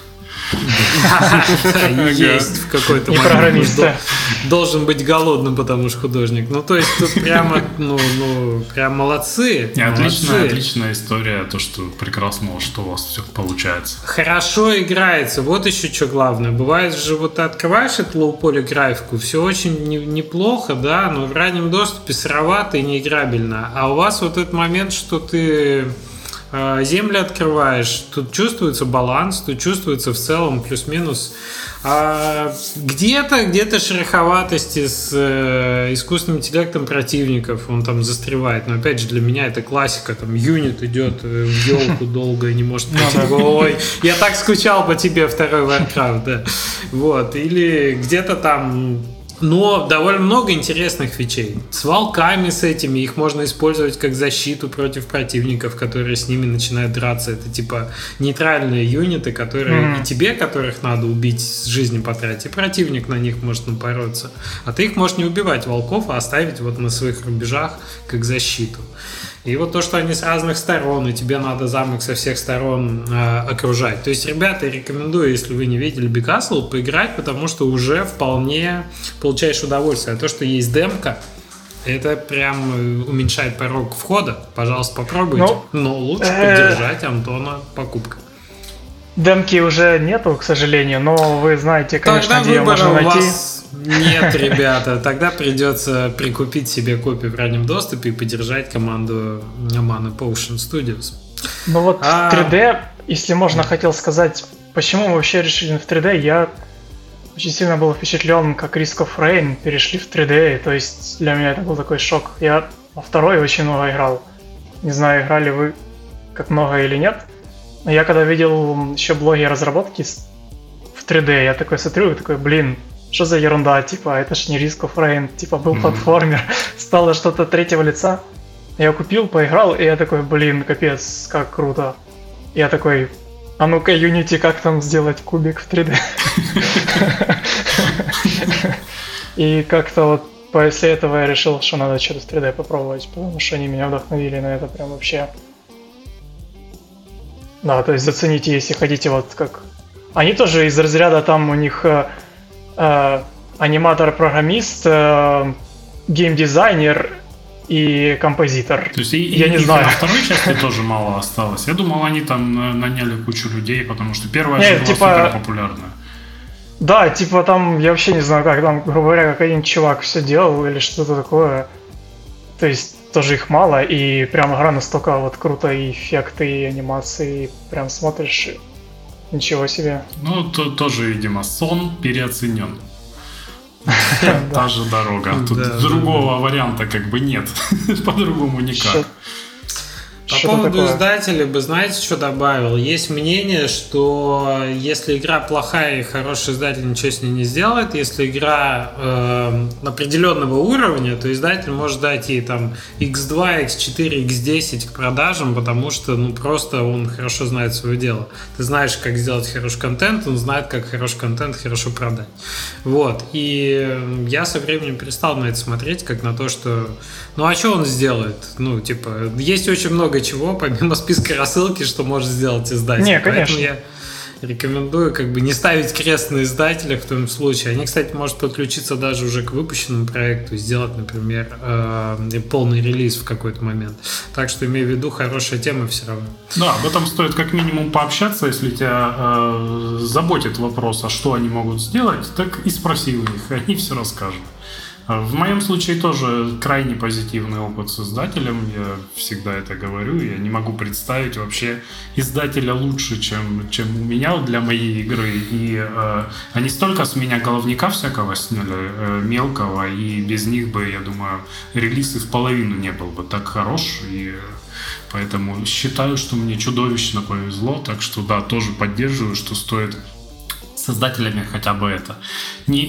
Speaker 1: Есть в какой-то
Speaker 3: И
Speaker 1: момент.
Speaker 3: программисты.
Speaker 1: Должен быть голодным, потому что художник. Ну, то есть тут прямо, ну, ну, прям молодцы.
Speaker 2: И отличная,
Speaker 1: молодцы.
Speaker 2: отличная история, то, что прекрасно, что у вас все получается.
Speaker 1: Хорошо играется. Вот еще что главное. Бывает же, вот ты открываешь эту лоу-поли графику, все очень не- неплохо, да, но в раннем доступе сыровато и неиграбельно. А у вас вот этот момент, что ты э, земли открываешь, тут чувствуется баланс, тут чувствуется в целом плюс-минус. А где-то, где-то шероховатости с э, искусственным интеллектом противников, он там застревает. Но опять же, для меня это классика. Там юнит идет э, в елку долго и не может пройти. Ой, я так скучал по тебе, второй Warcraft, да. Вот. Или где-то там... Но довольно много интересных фичей. С волками с этими, их можно использовать как защиту против противников, которые с ними начинают драться. Это типа нейтральные юниты, которые
Speaker 3: Mm.
Speaker 1: и тебе, которых надо убить, с жизни потратить, и противник на них может напороться. А ты их можешь не убивать, волков, а оставить вот на своих рубежах как защиту. И вот то, что они с разных сторон, и тебе надо замок со всех сторон э, окружать. То есть, ребята, я рекомендую, если вы не видели Big Castle, поиграть, потому что уже вполне получаешь удовольствие. А то, что есть демка, это прям уменьшает порог входа. Пожалуйста, попробуйте.
Speaker 3: Ну,
Speaker 1: Но лучше
Speaker 3: э,
Speaker 1: поддержать Антона покупкой.
Speaker 3: Демки уже нету, к сожалению, но вы знаете, конечно,
Speaker 1: Тогда
Speaker 3: где ее
Speaker 1: выбора
Speaker 3: можно
Speaker 1: у
Speaker 3: найти.
Speaker 1: вас нет, ребята. Тогда придется прикупить себе копию в раннем доступе и поддержать команду Mana Potion Studios.
Speaker 3: Ну вот
Speaker 1: А-
Speaker 3: в три дэ, если можно, хотел сказать, почему мы вообще решили в три дэ, я очень сильно был впечатлен, как Risk of Rain перешли в три дэ, то есть для меня это был такой шок. Я во второй очень много играл. Не знаю, играли вы как много или нет, но я когда видел еще блоги разработки с- в три дэ, я такой смотрю и такой, блин, что за ерунда, типа, это ж не Risk of Rain, типа, был
Speaker 2: Мгм.
Speaker 3: платформер, стало что-то третьего лица. Я купил, поиграл, и я такой, блин, капец, как круто. Я такой, а ну-ка, Unity, как там сделать кубик в три дэ? И как-то вот после этого я решил, что надо через три дэ попробовать, потому что они меня вдохновили на это прям вообще. Да, то есть зацените, если хотите, вот как... Они тоже из разряда, там у них э, э, аниматор-программист, э, геймдизайнер и композитор.
Speaker 2: То есть и,
Speaker 3: Я
Speaker 2: и-
Speaker 3: не
Speaker 2: их
Speaker 3: знаю.
Speaker 2: на второй части тоже мало осталось. Я думал, они там э, наняли кучу людей, потому что первая же
Speaker 3: Нет,
Speaker 2: была
Speaker 3: типа-
Speaker 2: супер популярная.
Speaker 3: Да, типа там, я вообще не знаю, как там, грубо говоря, как один чувак все делал или что-то такое. То есть тоже их мало, и прям игра настолько вот круто, и эффекты, и анимации, и прям смотришь, и ничего себе.
Speaker 2: Ну, то, тоже, видимо, сон переоценен. Та же дорога. Тут
Speaker 1: Да,
Speaker 2: другого варианта как бы нет. По-другому никак.
Speaker 3: Что-
Speaker 1: По
Speaker 3: что-то
Speaker 1: поводу
Speaker 3: такое.
Speaker 1: издателей бы, знаете, что добавил? Есть мнение, что если игра плохая и хороший издатель ничего с ней не сделает, если игра э, определенного уровня, то издатель может дать ей там икс два, икс четыре, икс десять к продажам, потому что ну просто он хорошо знает свое дело. Ты знаешь, как сделать хороший контент, он знает, как хороший контент хорошо продать. Вот. И я со временем перестал на это смотреть, как на то, что ну а что он сделает? Ну, типа, есть очень много чего, помимо списка рассылки, что может сделать издатель.
Speaker 3: Не,
Speaker 1: Поэтому
Speaker 3: конечно.
Speaker 1: я рекомендую как бы не ставить крест на издателях в том случае. Они, кстати, могут подключиться даже уже к выпущенному проекту, сделать, например, э, полный релиз в какой-то момент. Так что имей в виду, хорошая тема все равно.
Speaker 2: Да, об этом стоит как минимум пообщаться, если тебя э, заботит вопрос, а что они могут сделать, так и спроси у них, они все расскажут. В моем случае тоже крайне позитивный опыт с издателем, я всегда это говорю, я не могу представить вообще издателя лучше, чем, чем у меня для моей игры, и э, они столько с меня головника всякого сняли, э, мелкого, и без них бы, я думаю, релиз и в половину не был бы так хорош, и поэтому считаю, что мне чудовищно повезло, так что да, тоже поддерживаю, что стоит с издателями хотя бы это. Не,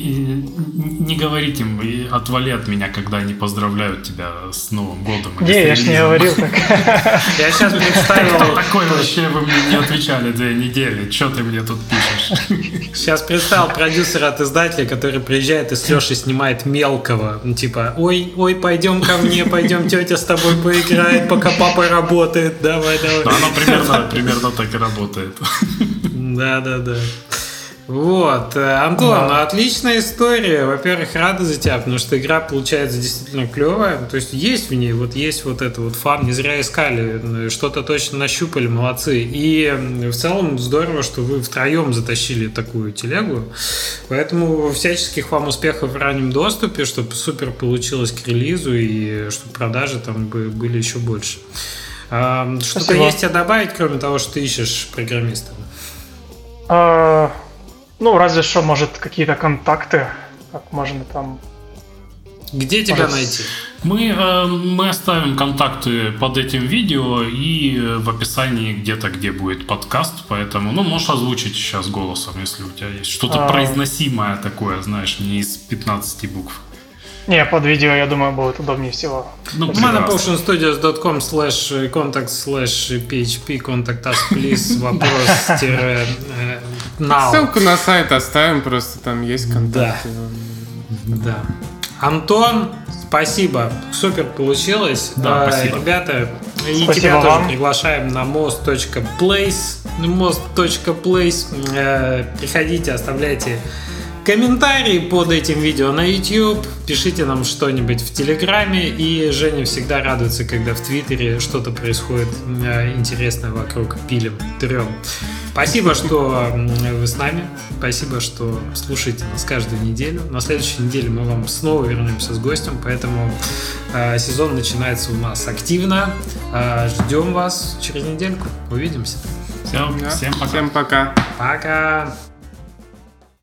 Speaker 2: не говорить им, и отвали от меня, когда они поздравляют тебя с Новым годом. или
Speaker 3: Не,
Speaker 2: с
Speaker 3: я ж не
Speaker 2: релизом.
Speaker 3: говорил так.
Speaker 1: Я сейчас
Speaker 2: Кто
Speaker 1: представил,
Speaker 2: такой вообще? Вы мне не отвечали две недели. Что ты мне тут пишешь?
Speaker 1: сейчас представил продюсера от издателя, который приезжает и с Лешей снимает мелкого. Ну, типа, ой, ой, пойдем ко мне, пойдем, тетя с тобой поиграет, пока папа работает. Давай, давай.
Speaker 2: Да, оно примерно, примерно так и работает.
Speaker 1: Да, да, да. Вот, э, Антон, ну, отличная история. Во-первых, рада за тебя, потому что игра получается действительно клевая. То есть есть в ней, вот есть вот это вот фан, не зря искали, что-то точно нащупали, молодцы. И м, в целом здорово, что вы втроем затащили такую телегу. Поэтому всяческих вам успехов в раннем доступе, чтобы супер получилось к релизу и чтобы продажи там бы- были еще больше. А, Что-то
Speaker 3: Спасибо.
Speaker 1: есть тебе добавить, кроме того, что ты ищешь программиста?
Speaker 3: А, Ну, разве что, может, какие-то контакты, как можно там...
Speaker 1: Где тебя
Speaker 3: Может,
Speaker 1: найти?
Speaker 2: Мы, э, мы оставим контакты под этим видео и в описании где-то, где будет подкаст, поэтому, ну, можешь озвучить сейчас голосом, если у тебя есть что-то
Speaker 3: А.
Speaker 2: произносимое такое, знаешь, не из пятнадцати букв.
Speaker 3: Не, под видео, я думаю, будет удобнее всего.
Speaker 2: Ну,
Speaker 1: monopotionstudios dot com slash contact slash php contact us please вопрос тире now.
Speaker 4: Ссылку на сайт оставим, просто там есть контакты.
Speaker 1: Да. Антон, спасибо. Супер получилось.
Speaker 2: Да,
Speaker 1: А,
Speaker 2: спасибо.
Speaker 1: Ребята, и
Speaker 3: Спасибо
Speaker 1: тебя тоже
Speaker 3: вам.
Speaker 1: приглашаем на most точка place. most точка place. Э, Приходите, оставляйте комментарии под этим видео на YouTube, пишите нам что-нибудь в Телеграме, и Женя всегда радуется, когда в Твиттере что-то происходит интересное вокруг пилим, трем. Спасибо, что вы с нами, спасибо, что слушаете нас каждую неделю. На следующей неделе мы вам снова вернемся с гостем, поэтому э, сезон начинается у нас активно. Э, ждем вас через недельку, увидимся.
Speaker 2: Всем, всем пока.
Speaker 4: Всем пока.
Speaker 1: Пока.